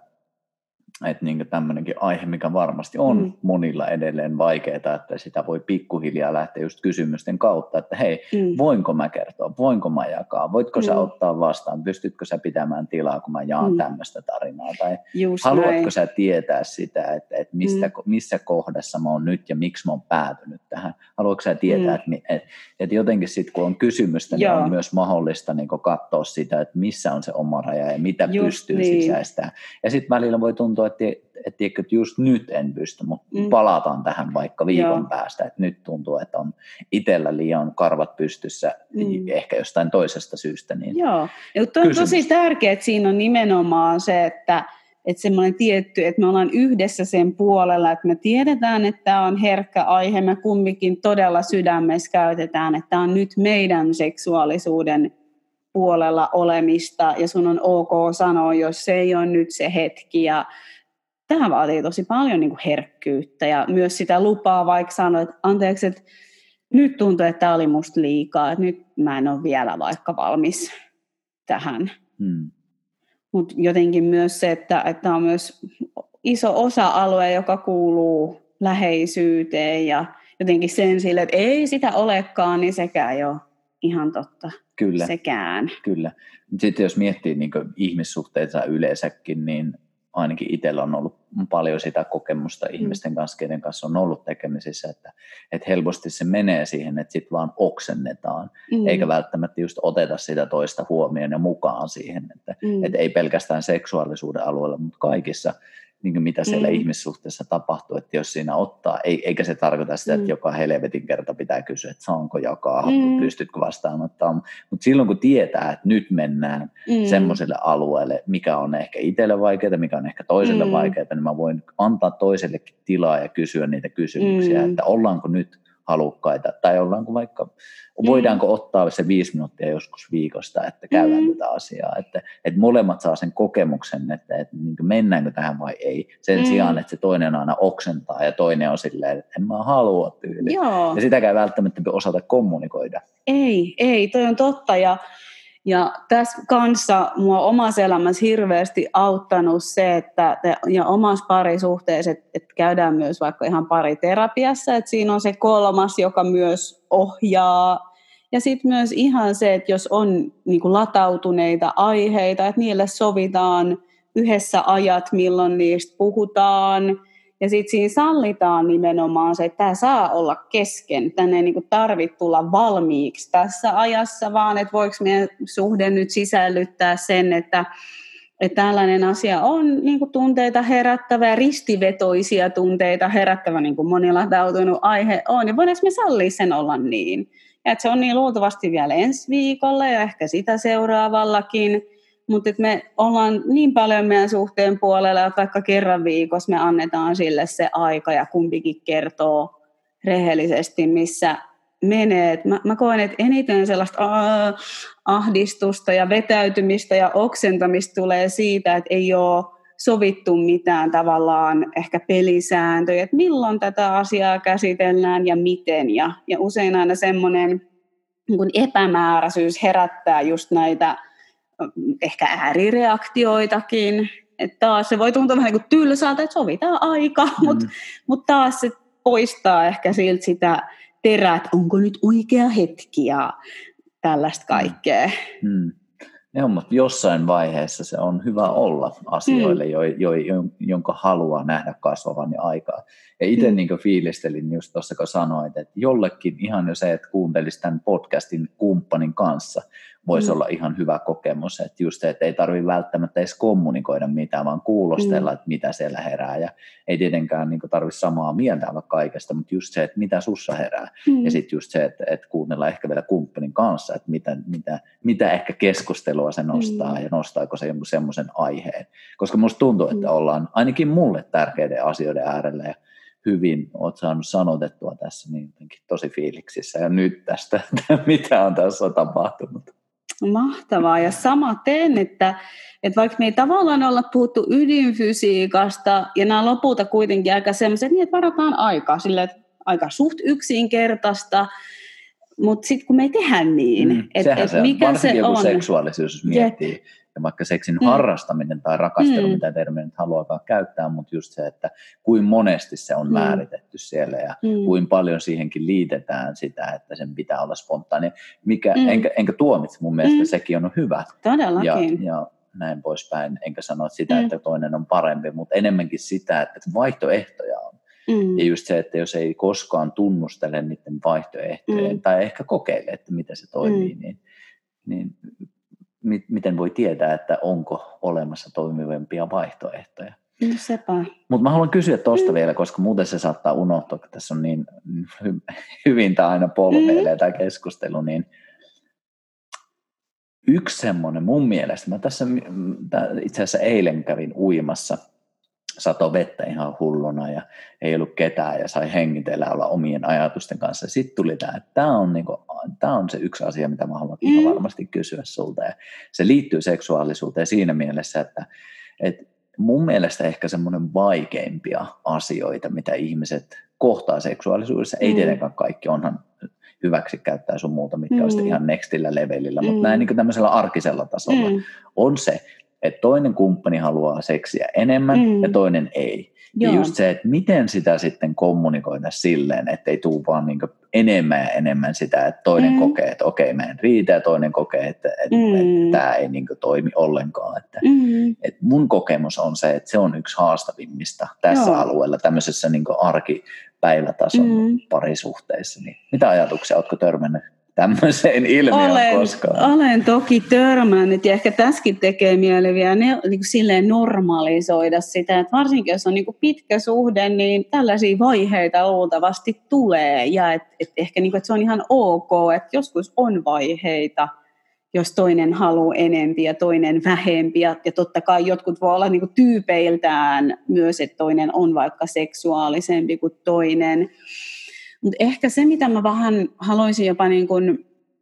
niin tämmöinenkin aihe, mikä varmasti on monilla edelleen vaikeaa, että sitä voi pikkuhiljaa lähteä just kysymysten kautta, että hei, voinko mä kertoa, voinko mä jakaa, voitko sä ottaa vastaan, pystytkö sä pitämään tilaa, kun mä jaan tämmöistä tarinaa, tai just haluatko näin. sä tietää sitä, että missä kohdassa mä oon nyt ja miksi mä oon päätynyt tähän, haluatko sä tietää, että jotenkin sitten kun on kysymystä, niin on myös mahdollista niin katsoa sitä, että missä on se oma raja ja mitä just pystyy sisäistämään, ja sitten välillä voi tuntua, että just nyt en pysty, mutta palataan tähän vaikka viikon päästä, että nyt tuntuu, että on itsellä liian karvat pystyssä, ehkä jostain toisesta syystä. Niin joo, ja on tosi tärkeää, että siinä on nimenomaan se, että semmoinen tietty, että me ollaan yhdessä sen puolella, että me tiedetään, että tämä on herkkä aihe, me kumminkin todella sydämessä käytetään, että tämä on nyt meidän seksuaalisuuden puolella olemista, ja sun on ok sanoa, jos se ei ole nyt se hetki, ja tämä vaatii tosi paljon niin kuin herkkyyttä, ja myös sitä lupaa vaikka sanoa, että anteeksi, että nyt tuntuu, että tämä oli musta liikaa, että nyt mä en ole vielä vaikka valmis tähän. Mutta jotenkin myös se, että on myös iso osa-alue, joka kuuluu läheisyyteen ja jotenkin sen sille, että ei sitä olekaan, niin sekään ei ole ihan totta. Kyllä. Sekään. Kyllä. Sitten jos miettii niin ihmissuhteita yleensäkin, niin ainakin itsellä on ollut paljon sitä kokemusta ihmisten kanssa, kenen kanssa on ollut tekemisissä, että helposti se menee siihen, että sitten vaan oksennetaan, eikä välttämättä just oteta sitä toista huomioon ja mukaan siihen, että ei pelkästään seksuaalisuuden alueella, mutta kaikissa, niin mitä siellä ihmissuhteessa tapahtuu, että jos siinä ottaa, eikä se tarkoita sitä, että joka helvetin kerta pitää kysyä, että saanko jakaa, pystytkö vastaanottaa, mutta silloin kun tietää, että nyt mennään semmoiselle alueelle, mikä on ehkä itselle vaikeaa, mikä on ehkä toiselle vaikeaa, niin mä voin antaa toisellekin tilaa ja kysyä niitä kysymyksiä, että ollaanko nyt halukkaita, tai ollaanko vaikka, voidaanko ottaa se 5 minuuttia joskus viikosta, että käydään tätä asiaa, että molemmat saa sen kokemuksen, että niin mennäänkö tähän vai ei, sen sijaan, että se toinen aina oksentaa ja toinen on silleen, että en mä halua tyyli. Joo. Ja sitäkään välttämättä osata kommunikoida. Ei, toi on totta, ja tässä kanssa mua omassa elämässä hirveästi auttanut se, että ja omassa parisuhteessa, että käydään myös vaikka ihan pariterapiassa, että siinä on se 3, joka myös ohjaa. Ja sitten myös ihan se, että jos on niin kuin latautuneita aiheita, että niille sovitaan yhdessä ajat, milloin niistä puhutaan. Ja sitten siinä sallitaan nimenomaan se, että tämä saa olla kesken. Tänne ei niin tarvitse tulla valmiiksi tässä ajassa, vaan että voiko meidän suhde nyt sisällyttää sen, että tällainen asia on niin kuin tunteita herättävä ja ristivetoisia tunteita herättävä, niin kuin monilatautunut aihe on. Ja voidaanko me sallia sen olla niin? Ja että se on niin luultavasti vielä ensi viikolla ja ehkä sitä seuraavallakin. Mutta me ollaan niin paljon meidän suhteen puolella, että vaikka kerran viikossa me annetaan sille se aika ja kumpikin kertoo rehellisesti, missä menee. Mä koen, että eniten sellaista ahdistusta ja vetäytymistä ja oksentamista tulee siitä, että ei ole sovittu mitään tavallaan ehkä pelisääntöjä, että milloin tätä asiaa käsitellään ja miten. Ja usein aina semmoinen niin epämääräisyys herättää just näitä ehkä äärireaktioitakin, että taas se voi tuntua vähän niin kuin tylsältä, että sovitaan aika, mutta taas se poistaa ehkä siltä sitä terää, että onko nyt oikea hetki ja tällaista kaikkea. Joo, mutta jossain vaiheessa se on hyvä olla asioille, jonka haluaa nähdä kasvavan ja aikaa. Ja itse niin fiilistelin just tuossa, kun sanoit, että jollekin ihan jo se, että kuuntelisi tämän podcastin kumppanin kanssa, voisi olla ihan hyvä kokemus. Että just se, että ei tarvitse välttämättä edes kommunikoida mitään, vaan kuulostella, että mitä siellä herää. Ja ei tietenkään niin tarvitse samaa mieltä olla kaikesta, mutta just se, että mitä sussa herää. Ja sitten just se, että kuunnella ehkä vielä kumppanin kanssa, että mitä ehkä keskustelua se nostaa ja nostaako se jonkun semmoisen aiheen. Koska musta tuntuu, että ollaan ainakin mulle tärkeiden asioiden äärellä ja hyvin olet saanut sanotettua tässä niin tosi fiiliksissä ja nyt tästä, mitä on tässä tapahtunut. Mahtavaa ja samaten, että vaikka me ei tavallaan olla puhuttu ydinfysiikasta ja nämä lopulta kuitenkin aika sellaiset, niin että varataan aikaa, sillä että aika suht yksinkertaista, mutta sitten kun me ei tehdä niin, että mikä se on. Joku seksuaalisuus, jos miettii, ja vaikka seksin harrastaminen tai rakastelu, mitä termiä nyt haluakaan käyttää, mutta just se, että kuin monesti se on määritetty siellä ja kuin paljon siihenkin liitetään sitä, että sen pitää olla spontaania, enkä tuomitse, mun mielestä sekin on hyvä. Todellakin. Ja näin poispäin, enkä sano sitä, että toinen on parempi, mutta enemmänkin sitä, että vaihtoehtoja on. Ja just se, että jos ei koskaan tunnustele niiden vaihtoehtojen tai ehkä kokeile, että miten se toimii, niin miten voi tietää, että onko olemassa toimivampia vaihtoehtoja. No sepä. Mutta mä haluan kysyä tuosta vielä, koska muuten se saattaa unohtua, kun tässä on niin hyvin tämä aina polveilee tämä keskustelu, niin yksi semmoinen mun mielestä, mä tässä itse asiassa eilen kävin uimassa, sato vettä ihan hulluna ja ei ollut ketään ja sai hengitellä olla omien ajatusten kanssa. Sitten tuli tämä, että tämä on se yksi asia, mitä mä haluan ihan varmasti kysyä sulta. Ja se liittyy seksuaalisuuteen siinä mielessä, että mun mielestä ehkä semmoinen vaikeimpia asioita, mitä ihmiset kohtaa seksuaalisuudessa, ei tietenkään kaikki, onhan hyväksikäyttää sun muuta, mitkä on ihan nextillä levelillä, mutta näin niin kuin tämmöisellä arkisella tasolla on se, että toinen kumppani haluaa seksiä enemmän ja toinen ei. Ja just se, että miten sitä sitten kommunikoida silleen, että ei tule vaan niin kuin enemmän ja enemmän sitä, että toinen kokee, että okei, mä en riitä, ja toinen kokee, että tämä ei niin kuin toimi ollenkaan. Että mun kokemus on se, että se on yksi haastavimmista tässä alueella, tämmöisessä niin kuin arkipäivätason parisuhteissa. Niin mitä ajatuksia, ootko törmännyt tämmöiseen ilmiöön koskaan? Olen toki törmännyt, ja ehkä tässäkin tekee mieli vielä niin silleen normalisoida sitä, että varsinkin jos on niin kuin pitkä suhde, niin tällaisia vaiheita luultavasti tulee, ja et ehkä niin kuin, että se on ihan ok, että joskus on vaiheita, jos toinen haluaa enempi ja toinen vähempi, ja totta kai jotkut voi olla niin kuin tyypeiltään myös, että toinen on vaikka seksuaalisempi kuin toinen. Mutta ehkä se, mitä mä vähän haluaisin jopa niin kuin,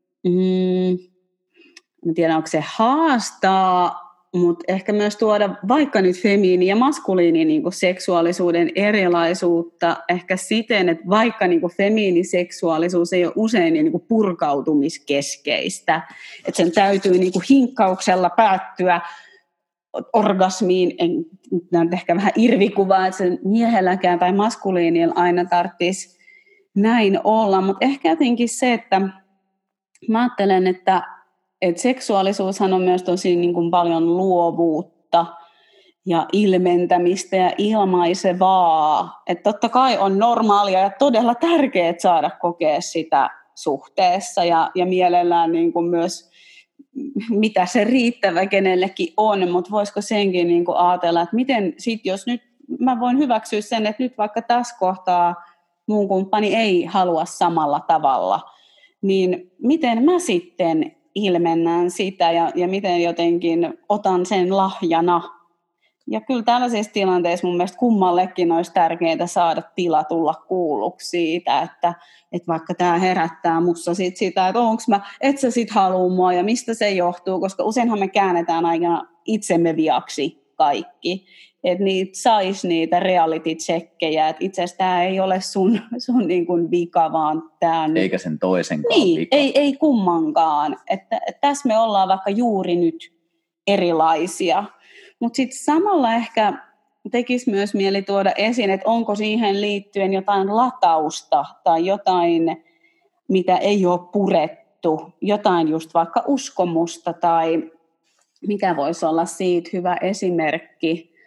en tiedä onko se haastaa, mutta ehkä myös tuoda vaikka nyt feminiini ja maskuliini niin kuin seksuaalisuuden erilaisuutta ehkä siten, että vaikka niin kuin feminiiniseksuaalisuus ei ole usein niin kuin purkautumiskeskeistä, että sen täytyy niin kuin hinkkauksella päättyä orgasmiin, tämä on ehkä vähän irvikuvaa, että sen miehelläkään tai maskuliinilla aina tarvitsisi näin olla, mutta ehkä jotenkin se, että mä ajattelen, että seksuaalisuushan on myös tosi niin kuin paljon luovuutta ja ilmentämistä ja ilmaisevaa. Että totta kai on normaalia ja todella tärkeää saada kokea sitä suhteessa ja mielellään niin kuin myös mitä se riittävä kenellekin on, mutta voisiko senkin niin kuin ajatella, että miten sitten jos nyt mä voin hyväksyä sen, että nyt vaikka tässä kohtaa mun kumppani ei halua samalla tavalla, niin miten mä sitten ilmennän sitä ja miten jotenkin otan sen lahjana. Ja kyllä tällaisissa tilanteissa mun mielestä kummallekin olisi tärkeää saada tila tulla kuulluksi siitä, että vaikka tämä herättää musta sitä, että onko mä, et sä sit halua mua ja mistä se johtuu, koska useinhan me käännetään aina itsemme viaksi kaikki. Että niitä saisi niitä reality-tsekkejä, että itse asiassa tämä ei ole sun niin kuin vika, vaan tämä on... Eikä sen toisenkaan vika. Ei kummankaan. Että tässä me ollaan vaikka juuri nyt erilaisia. Mutta sitten samalla ehkä tekisi myös mieli tuoda esiin, että onko siihen liittyen jotain latausta tai jotain, mitä ei ole purettu, jotain just vaikka uskomusta tai mikä voisi olla siitä hyvä esimerkki.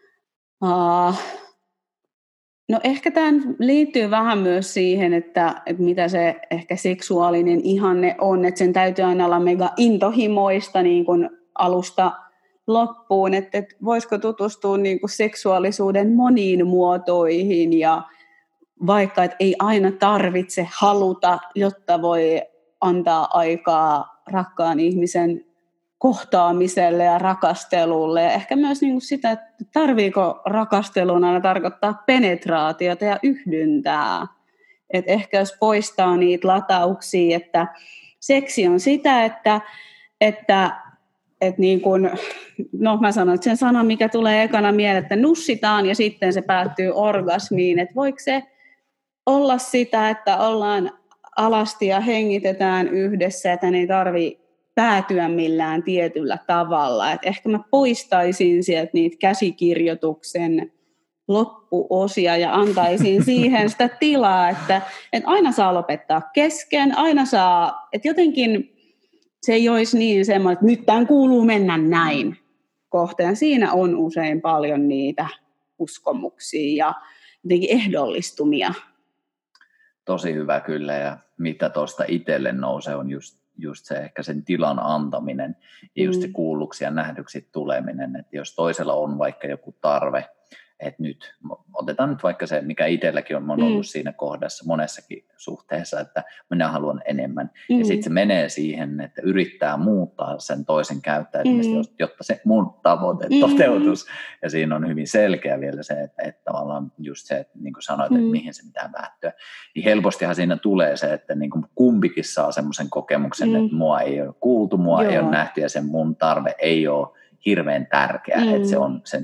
No ehkä tämä liittyy vähän myös siihen, että mitä se ehkä seksuaalinen ihanne on, että sen täytyy aina olla mega intohimoista niin kuin alusta loppuun, että voisiko tutustua niin kuin seksuaalisuuden moniin muotoihin ja vaikka et ei aina tarvitse haluta, jotta voi antaa aikaa rakkaan ihmisen kohtaamiselle ja rakastelulle ja ehkä myös niin kuin sitä, että tarviiko rakastelun aina tarkoittaa penetraatiota ja yhdyntää. Et ehkä jos poistaa niitä latauksia, että seksi on sitä, että niin kuin, no mä sanon, että sen sanan, mikä tulee ekana mieleen, että nussitaan ja sitten se päättyy orgasmiin, että voiko se olla sitä, että ollaan alasti ja hengitetään yhdessä, että ei tarvitse päätyä millään tietyllä tavalla. Et ehkä mä poistaisin sieltä niitä käsikirjoituksen loppuosia ja antaisin siihen sitä tilaa, että aina saa lopettaa kesken, aina saa, että jotenkin se ei olisi niin semmoinen, että nyt tämän kuuluu mennä näin kohtaan. Siinä on usein paljon niitä uskomuksia ja jotenkin ehdollistumia. Tosi hyvä kyllä, ja mitä tuosta itselle nousee on just se ehkä sen tilan antaminen ja just se kuulluksi ja nähdyksi tuleminen, että jos toisella on vaikka joku tarve, että nyt otetaan nyt vaikka se, mikä itselläkin on ollut siinä kohdassa monessakin suhteessa, että minä haluan enemmän. Ja sitten se menee siihen, että yrittää muuttaa sen toisen käyttäytymistä, jotta se mun tavoite toteutus. Ja siinä on hyvin selkeä vielä se, että tavallaan just se, että niin kuin sanoit, että mihin se pitää päättyä. Niin helpostihan siinä tulee se, että niin kuin kumpikin saa semmoisen kokemuksen, että mua ei ole kuultu, mua ei ole nähty ja sen mun tarve ei ole hirveän tärkeä, että se on sen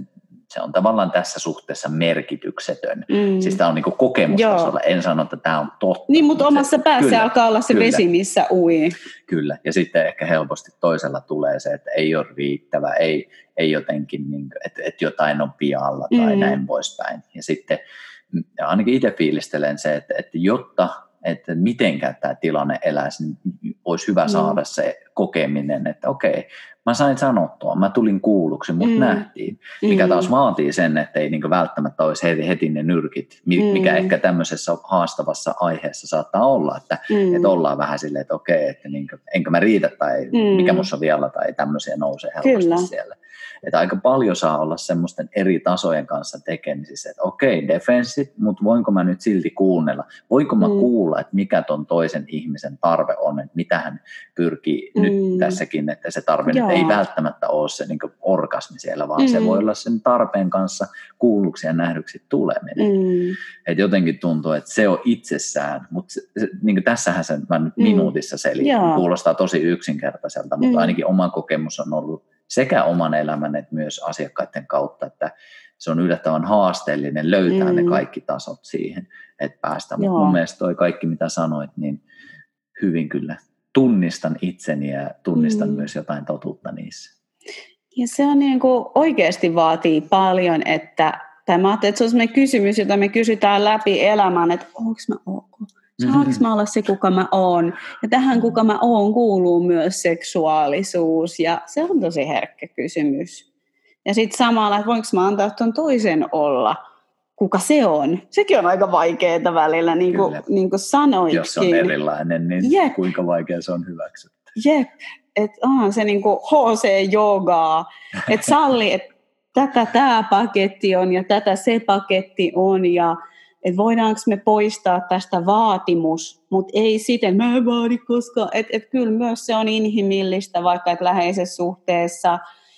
se on tavallaan tässä suhteessa merkityksetön. Siis tämä on niin kuin kokemustasolla, en sano, että tämä on totta. Niin, mutta omassa päässä kyllä, alkaa olla se vesi, missä ui. Kyllä, ja sitten ehkä helposti toisella tulee se, että ei ole riittävä, ei jotenkin, niin, että jotain on pialla tai näin poispäin. Ja sitten ainakin itse fiilistelen se, että jotta että mitenkä tämä tilanne eläisi, niin olisi hyvä saada se kokeminen, että okei, mä sain sanottua, mä tulin kuulluksi, mut nähtiin, mikä taas vaatii sen, että ei niin välttämättä olisi heti ne nyrkit, mikä ehkä tämmöisessä haastavassa aiheessa saattaa olla, että ollaan vähän silleen, että okei, että niin kuin, enkä mä riitä tai mikä musta vielä tai tämmöisiä nousee helposti siellä. Että aika paljon saa olla semmoisten eri tasojen kanssa tekemisissä, että okei, defenssit, mutta voinko mä nyt silti kuunnella? Voinko mä kuulla, että mikä ton toisen ihmisen tarve on, että mitä hän pyrkii nyt tässäkin, että se tarve nyt ei välttämättä ole se niin kuin orgasmi siellä, vaan se voi olla sen tarpeen kanssa kuulluksi ja nähdyksi tuleminen. Että jotenkin tuntuu, että se on itsessään, mutta niin kuin tässähän se mä nyt minuutissa selitän, kuulostaa tosi yksinkertaiselta, mutta ainakin oma kokemus on ollut sekä oman elämän että myös asiakkaiden kautta, että se on yllättävän haasteellinen löytää ne kaikki tasot siihen, että päästään. Mutta mun mielestä toi kaikki, mitä sanoit, niin hyvin kyllä tunnistan itseni ja tunnistan myös jotain totuutta niissä. Ja se on niin kuin oikeasti vaatii paljon, että se on sellainen kysymys, jota me kysytään läpi elämän, että onko mä ok? Saanko mä olla se, kuka mä oon? Ja tähän, kuka mä oon, kuuluu myös seksuaalisuus. Ja se on tosi herkkä kysymys. Ja sitten samalla, että voinko mä antaa ton toisen olla, kuka se on? Sekin on aika vaikeaa välillä, niin kuin sanoitkin. Jos se on erilainen, niin kuinka vaikea se on hyväksytty. Jep, että onhan se niin kuin HC-joogaa, että salli, että tätä tämä paketti on ja tätä se paketti on ja että voidaanko me poistaa tästä vaatimus, mutta ei siten, mä en vaadi koskaan. Että kyllä myös se on inhimillistä, vaikka et läheisessä suhteessa.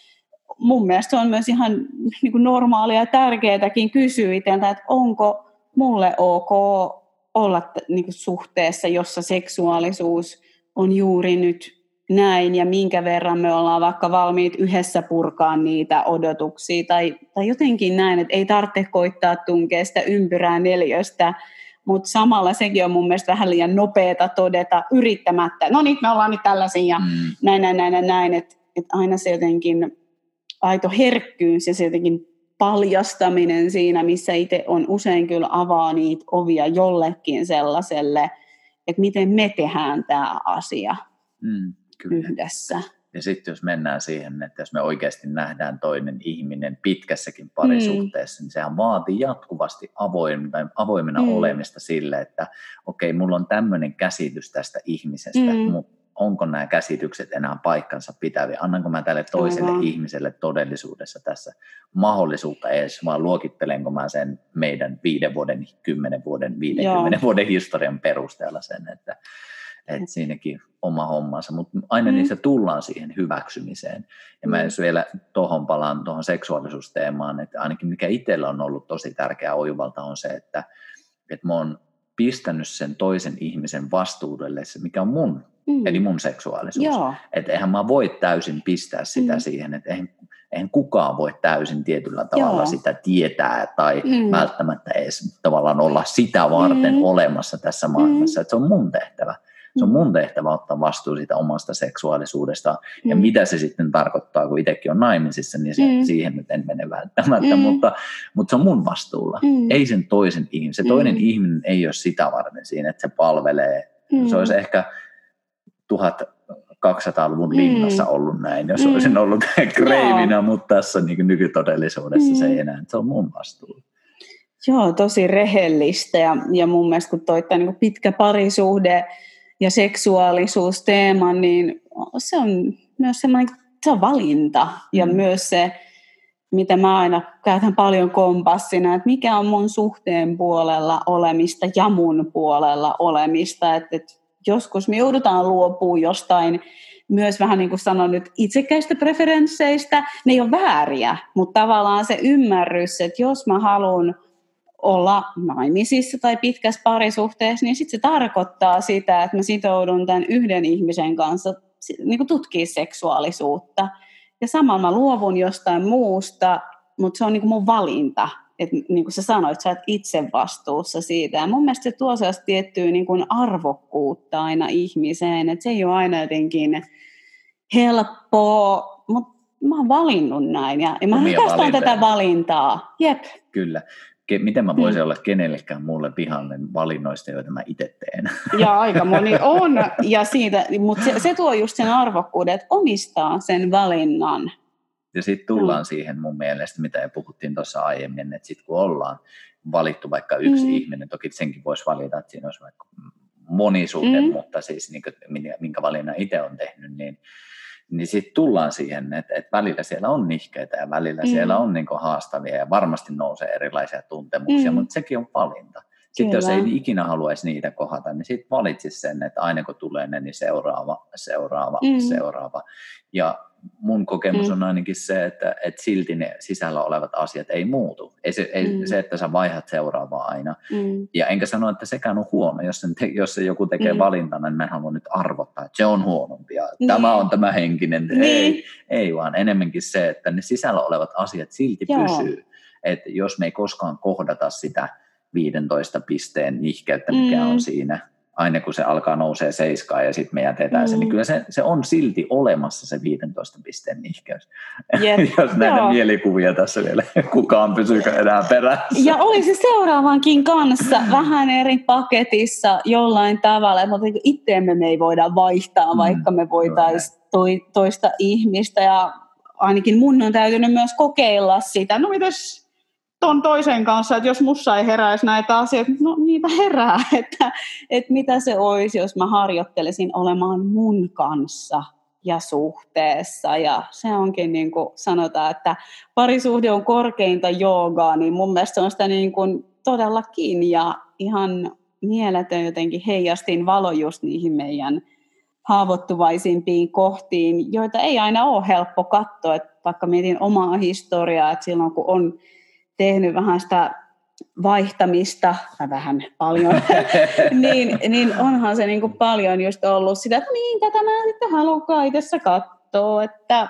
Mun mielestä se on myös ihan niin kuin normaalia ja tärkeääkin kysyä itseltä, että onko mulle ok olla niin kuin suhteessa, jossa seksuaalisuus on juuri nyt näin ja minkä verran me ollaan vaikka valmiit yhdessä purkaa niitä odotuksia tai jotenkin näin, että ei tarvitse koittaa tunkea sitä ympyrää neliöstä, mutta samalla sekin on mun mielestä vähän liian nopeata todeta yrittämättä, no niin, me ollaan nyt tällaisia ja näin, että aina se jotenkin aito herkkyys ja se jotenkin paljastaminen siinä, missä itse on usein kyllä avaa niitä ovia jollekin sellaiselle, että miten me tehdään tämä asia. Kyllä. Yhdessä. Ja sitten jos mennään siihen, että jos me oikeasti nähdään toinen ihminen pitkässäkin parisuhteessa, niin sehän vaatii jatkuvasti avoimena olemista sille, että okei, mulla on tämmöinen käsitys tästä ihmisestä, mutta onko nämä käsitykset enää paikkansa pitäviä? Annanko mä tälle toiselle ihmiselle todellisuudessa tässä mahdollisuutta edes, vaan luokittelenko mä sen meidän 5 vuoden, 10 vuoden, 50 vuoden historian perusteella sen, että siinäkin oma hommansa, mutta aina niissä tullaan siihen hyväksymiseen. Ja mä jos vielä palaan tuohon seksuaalisuusteemaan, että ainakin mikä itsellä on ollut tosi tärkeä oivalta on se, että mä oon pistänyt sen toisen ihmisen vastuudelle se, mikä on mun, eli mun seksuaalisuus. Että eihän mä voi täysin pistää sitä siihen, että eihän kukaan voi täysin tietyllä tavalla sitä tietää tai välttämättä edes tavallaan olla sitä varten olemassa tässä maailmassa, että se on mun tehtävä. Se on mun tehtävä ottaa vastuu siitä omasta seksuaalisuudesta. Ja mitä se sitten tarkoittaa, kun itsekin on naimisissa, niin siihen nyt en mene välttämättä. Mutta se on mun vastuulla. Ei sen toisen ihmisen. Se toinen ihminen ei ole sitä varten siinä, että se palvelee. Se olisi ehkä 1200-luvun linnassa ollut näin, jos olisin ollut kreivinä, mutta tässä niin nykytodellisuudessa se ei enää. Se on mun vastuulla. Joo, tosi rehellistä. Ja mun mielestä kun toittaa niin pitkä parisuhde ja seksuaalisuusteema, niin se on myös semmoinen, se on valinta. Ja myös se, mitä mä aina käytän paljon kompassina, että mikä on mun suhteen puolella olemista ja mun puolella olemista. Että joskus me joudutaan luopumaan jostain, myös vähän niin kuin sanon nyt, itsekkäistä preferensseistä. Ne ei ole vääriä, mutta tavallaan se ymmärrys, että jos mä haluan olla naimisissa tai pitkässä parisuhteessa, niin sitten se tarkoittaa sitä, että mä sitoudun tämän yhden ihmisen kanssa niin kuin tutkia seksuaalisuutta. Ja samalla mä luovun jostain muusta mutta se on niin kuin mun valinta. Että niin kuin sä sanoit, sä oot itse vastuussa siitä. Ja mun mielestä se tuo sellaista tiettyä niin kuin arvokkuutta aina ihmiseen. Että se ei ole aina jotenkin helppoa, mutta mä oon valinnut näin. Ja mä rakastan tätä valintaa. Jep. Kyllä. Miten mä voisin olla kenellekään muulle vihainen valinnoista, joita mä itse teen? Ja aika moni on. Ja siitä, mutta se tuo just sen arvokkuuden, että omistaa sen valinnan. Ja sitten tullaan siihen mun mielestä, mitä jo puhuttiin tuossa aiemmin, että sitten kun ollaan valittu vaikka yksi ihminen, toki senkin voisi valita, että siinä olisi vaikka monisuhde, mutta siis minkä valinnan itse on tehnyt, niin sitten tullaan siihen, että välillä siellä on nihkeitä ja välillä siellä on niinku haastavia ja varmasti nousee erilaisia tuntemuksia, mutta sekin on valinta. Sitten jos ei ikinä haluaisi niitä kohdata, niin sitten valitsisi sen, että aina kun tulee ne, niin seuraava. Ja mun kokemus on ainakin se, että silti ne sisällä olevat asiat ei muutu. Se, että sä vaihdat seuraavaa aina. Ja enkä sano, että sekään on huono. Jos se joku tekee valintana, niin mä en halua nyt arvottaa, että se on huonompi. Tämä on tämä henkinen. Ei vaan enemmänkin se, että ne sisällä olevat asiat silti pysyy. Että jos me ei koskaan kohdata sitä 15 pisteen nihkeyttä, mikä on siinä, aina kun se alkaa nousee 7 ja sitten me jätetään se, niin kyllä se on silti olemassa se 15 pisteen nihkeys. Jos näitä mielikuvia tässä vielä, kukaan pysyykö enää perässä. Ja olisi seuraavankin kanssa vähän eri paketissa jollain tavalla, mutta itseemme me ei voida vaihtaa, vaikka me voitaisiin toista ihmistä, ja ainakin mun on täytynyt myös kokeilla sitä, no mitäs ton toisen kanssa, että jos mussa ei heräisi näitä asioita, no niitä herää, että mitä se olisi, jos mä harjoittelisin olemaan mun kanssa ja suhteessa. Ja se onkin niin kuin sanotaan, että parisuhde on korkeinta joogaa, niin mun mielestä se on sitä niin kuin todellakin ja ihan mieletön jotenkin heijastin valo just niihin meidän haavoittuvaisimpiin kohtiin, joita ei aina ole helppo katsoa, että vaikka mietin omaa historiaa, että silloin kun on tehnyt vähän sitä vaihtamista, tai vähän paljon, niin onhan se niin kuin paljon just ollut sitä, että niin, tätä mä sitten haluan itse katsoa, että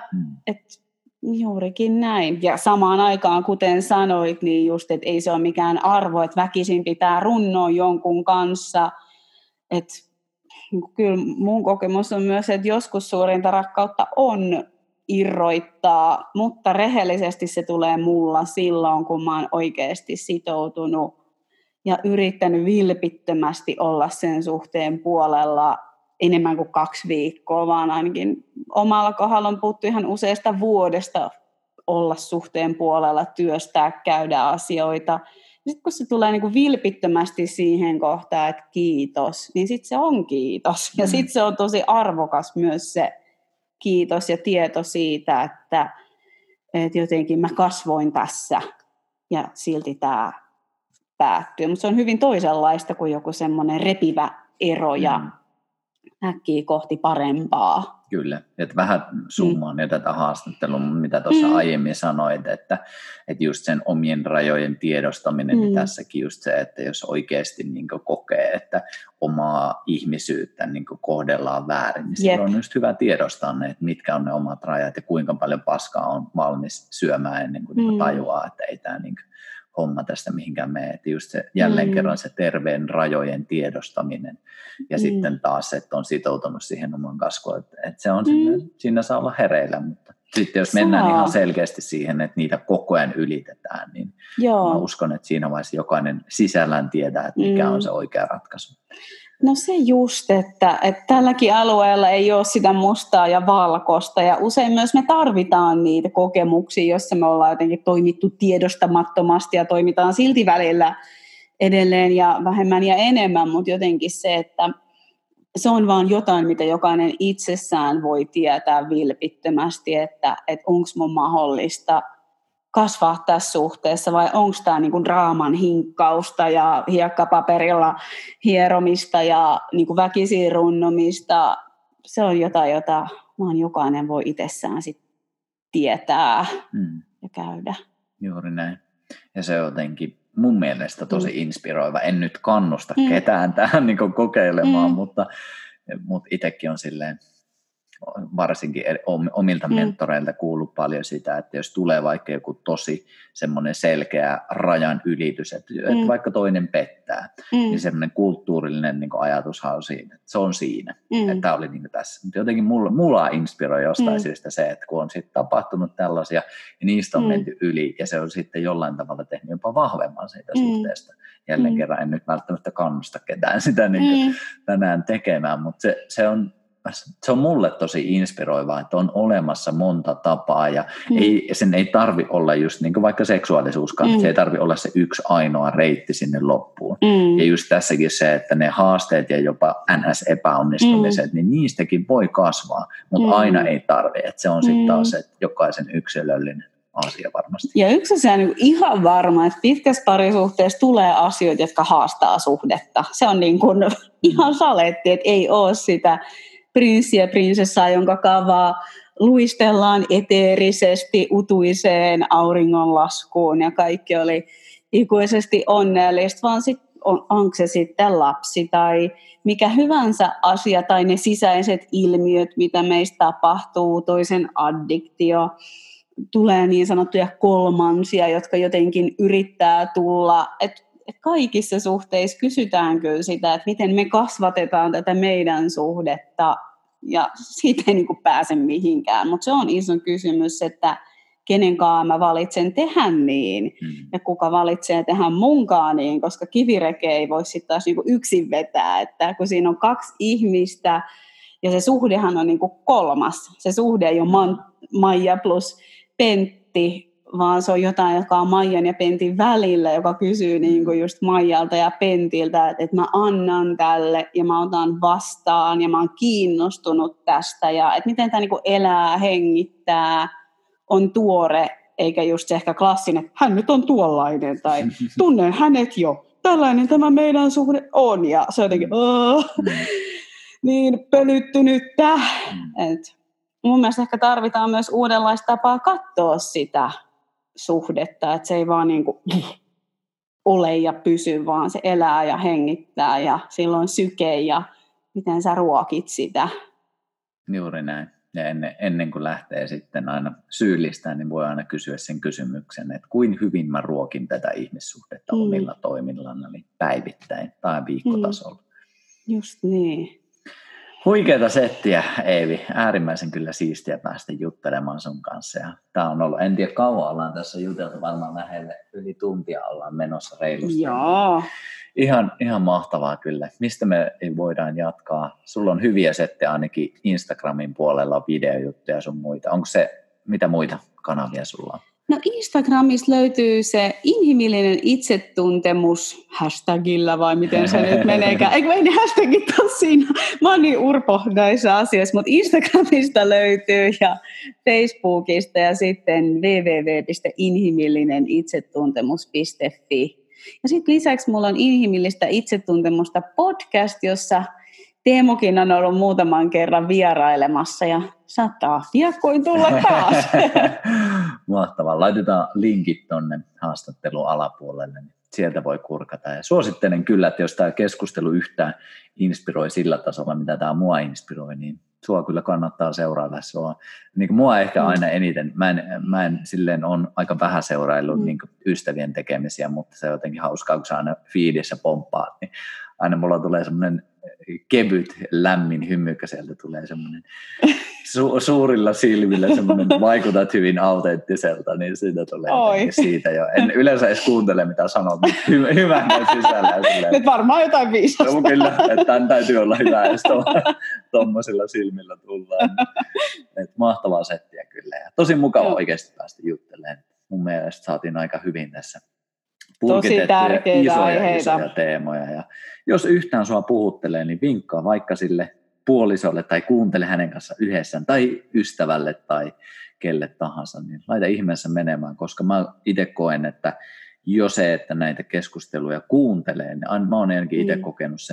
juurikin näin. Ja samaan aikaan, kuten sanoit, niin just, että ei se ole mikään arvo, että väkisin pitää runnoa jonkun kanssa, että kyllä mun kokemus on myös, että joskus suurinta rakkautta on irroittaa, mutta rehellisesti se tulee mulla silloin, kun mä oon oikeasti sitoutunut ja yrittänyt vilpittömästi olla sen suhteen puolella enemmän kuin 2 viikkoa, vaan ainakin omalla kohdalla on puhuttu ihan useasta vuodesta olla suhteen puolella, työstää, käydä asioita. Sitten kun se tulee niin kuin vilpittömästi siihen kohtaan, että kiitos, niin sitten se on kiitos. Ja sitten se on tosi arvokas myös se kiitos ja tieto siitä, että jotenkin mä kasvoin tässä ja silti tämä päättyy. Mutta se on hyvin toisenlaista kuin joku semmoinen repivä ero ja äkkiä kohti parempaa. Kyllä, että vähän summaan ja tätä haastattelua, mitä tuossa aiemmin sanoit, että just sen omien rajojen tiedostaminen, niin tässäkin just se, että jos oikeasti niin kokee, että omaa ihmisyyttä niin kohdellaan väärin, niin silloin on just hyvä tiedostaa ne, että mitkä on ne omat rajat ja kuinka paljon paskaa on valmis syömään ennen kuin tajuaa, että ei tämä niin homma tästä mihinkään mene, että just se, jälleen kerran se terveen rajojen tiedostaminen ja sitten taas, että on sitoutunut siihen oman kasvuun, että se on siinä saa olla hereillä, mutta sitten jos mennään ihan selkeästi siihen, että niitä koko ajan ylitetään, niin mä uskon, että siinä vaiheessa jokainen sisällään tietää, että mikä on se oikea ratkaisu. No se just, että tälläkin alueella ei ole sitä mustaa ja valkoista ja usein myös me tarvitaan niitä kokemuksia, joissa me ollaan jotenkin toimittu tiedostamattomasti ja toimitaan silti välillä edelleen ja vähemmän ja enemmän, mutta jotenkin se, että se on vaan jotain, mitä jokainen itsessään voi tietää vilpittömästi, että onko mun mahdollista kasvaa tässä suhteessa vai onko tämä niinku draaman hinkkausta ja hiekkapaperilla hieromista ja niinku väkisin runnomista. Se on jotain, jota vaan jokainen voi itsessään sit tietää ja käydä. Juuri näin. Ja se on jotenkin mun mielestä tosi inspiroiva. En nyt kannusta ketään tähän niinku kokeilemaan, mutta itsekin on silleen varsinkin omilta mentoreilta kuullut paljon sitä, että jos tulee vaikka joku tosi semmoinen selkeä rajan ylitys, että vaikka toinen pettää, niin semmoinen kulttuurillinen niin kuin ajatushan on siinä, että se on siinä, että tämä oli niin kuin tässä. Mutta jotenkin mulla inspiroi jostain syystä se, että kun on sitten tapahtunut tällaisia, ja niistä on menty yli, ja se on sitten jollain tavalla tehnyt jopa vahvemman siitä suhteesta. Jälleen kerran en nyt välttämättä kannusta ketään sitä niin tänään tekemään, mutta se on mulle tosi inspiroivaa, että on olemassa monta tapaa ja sen ei tarvi olla just niin kuin vaikka seksuaalisuuskaan, se ei tarvi olla se yksi ainoa reitti sinne loppuun. Ja just tässäkin se, että ne haasteet ja jopa NS-epäonnistumiset, niin niistäkin voi kasvaa, mutta aina ei tarvi, että se on sitten taas se, että jokaisen yksilöllinen asia varmasti. Ja yksi asia on niin ihan varma, että pitkässä parisuhteessa tulee asioita, jotka haastaa suhdetta. Se on niin kuin ihan saletti, että ei ole sitä prinssiä ja prinsessaa, jonka kavaa luistellaan eteerisesti utuiseen auringonlaskuun ja kaikki oli ikuisesti onnellista, vaan onko se sitten lapsi tai mikä hyvänsä asia tai ne sisäiset ilmiöt, mitä meistä tapahtuu, toisen addiktio, tulee niin sanottuja kolmansia, jotka jotenkin yrittää tulla, että kaikissa suhteissa kysytään kyllä sitä, että miten me kasvatetaan tätä meidän suhdetta, ja siitä ei niin kuin pääse mihinkään, mutta se on iso kysymys, että kenenkaan mä valitsen tehdä niin, ja kuka valitsee tehdä munkaan niin, koska kivireke ei voi sitten taas niin kuin yksin vetää, että kun siinä on kaksi ihmistä, ja se suhdehan on niin kuin kolmas, se suhde ei ole Maija plus Pentti, vaan se on jotain, joka on Maijan ja Pentin välillä, joka kysyy niin kuin just Maijalta ja Pentiltä, että mä annan tälle ja mä otan vastaan ja mä oon kiinnostunut tästä ja että miten tämä niin kuin elää, hengittää, on tuore, eikä just se ehkä klassinen, hän nyt on tuollainen tai tunnen hänet jo, tällainen tämä meidän suhde on ja se on jotenkin niin pölyttynyttä, että mun mielestä ehkä tarvitaan myös uudenlaista tapaa katsoa sitä suhdetta, että se ei vaan niin kuin ole ja pysy, vaan se elää ja hengittää ja silloin syke ja miten sä ruokit sitä. Juuri näin. Ja ennen kuin lähtee sitten aina syyllistään, niin voi aina kysyä sen kysymyksen, että kuin hyvin mä ruokin tätä ihmissuhdetta omilla toimillani päivittäin tai viikkotasolla. Just niin. Huikeata settiä, Eevi. Äärimmäisen kyllä siistiä päästä juttelemaan sun kanssa. Ja tää on ollut, en tiedä kauan ollaan tässä juteltu, varmaan lähelle yli tuntia ollaan menossa reilusti. Joo. Ihan mahtavaa kyllä. Mistä me voidaan jatkaa? Sulla on hyviä settejä ainakin Instagramin puolella, videojuttuja sun muita. Onko se, mitä muita kanavia sulla on? No Instagramissa löytyy se inhimillinen itsetuntemus hashtagilla vai miten se nyt meneekään. Eikö ei ne hashtagit ole siinä? Mä oon niin urpo näissä asioissa, mutta Instagramista löytyy ja Facebookista ja sitten www.inhimillinenitsetuntemus.fi. Ja sitten lisäksi mulla on inhimillistä itsetuntemusta podcast, jossa Teemokin on ollut muutaman kerran vierailemassa ja saattaa piakkoin tulla taas. Mahtavaa. Laitetaan linkit tuonne haastattelun alapuolelle, niin sieltä voi kurkata. Ja suosittelen kyllä, että jos tämä keskustelu yhtään inspiroi sillä tasolla, mitä tämä mua inspiroi, niin sua kyllä kannattaa seurailla. Niin kuin mua ehkä aina eniten, mä en silleen on aika vähän seuraillut niin kuin ystävien tekemisiä, mutta se on jotenkin hauskaa, kun sä aina feedissä pomppaat, niin aina mulla tulee semmoinen kevyt, lämmin hymykä, sieltä tulee semmoinen suurilla silmillä semmoinen, vaikutat hyvin autenttiselta, niin siitä tulee siitä jo. En yleensä edes kuuntele, mitä sanot, mutta hyvän sisällä. Nyt varmaan jotain viisasta. Kyllä, että tämän täytyy olla hyvä, jos tuommoisilla silmillä tullaan. Mahtavaa settiä kyllä. Ja tosi mukava oikeasti päästä juttelemaan. Mun mielestä saatiin aika hyvin tässä purkitettuja isoja teemoja. Ja jos yhtään sua puhuttelee, niin vinkkaa vaikka sille puolisolle tai kuuntele hänen kanssa yhdessä tai ystävälle tai kelle tahansa, niin laita ihmeessä menemään, koska mä itse koen, että jo se, että näitä keskusteluja kuuntelee, niin mä oon ainakin itse kokenut sen, kun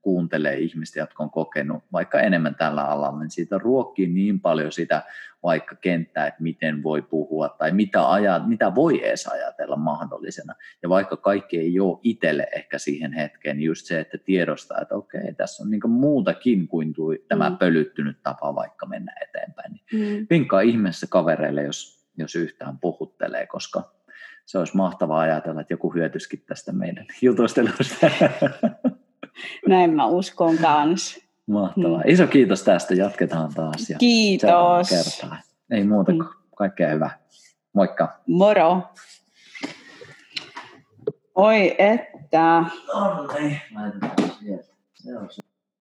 kuuntelee ihmistä, jotka on kokenut vaikka enemmän tällä alalla, niin siitä ruokkii niin paljon sitä vaikka kenttää, että miten voi puhua tai mitä voi edes ajatella mahdollisena. Ja vaikka kaikki ei ole itselle ehkä siihen hetkeen, niin just se, että tiedostaa, että okei, tässä on niin muutakin kuin tämä pölyttynyt tapa vaikka mennä eteenpäin. Niin vinkkaa ihmeessä kavereille, jos yhtään puhuttelee, koska se olisi mahtavaa ajatella, että joku hyötyisikin tästä meidän jutustelusta. Näin mä uskon kanssa. Mahtavaa. Iso kiitos tästä. Jatketaan taas. Kiitos. Kertaa. Ei muuta kuin kaikkea hyvää. Moikka. Moro. Oi että. Onnei. Laitetaan sieltä.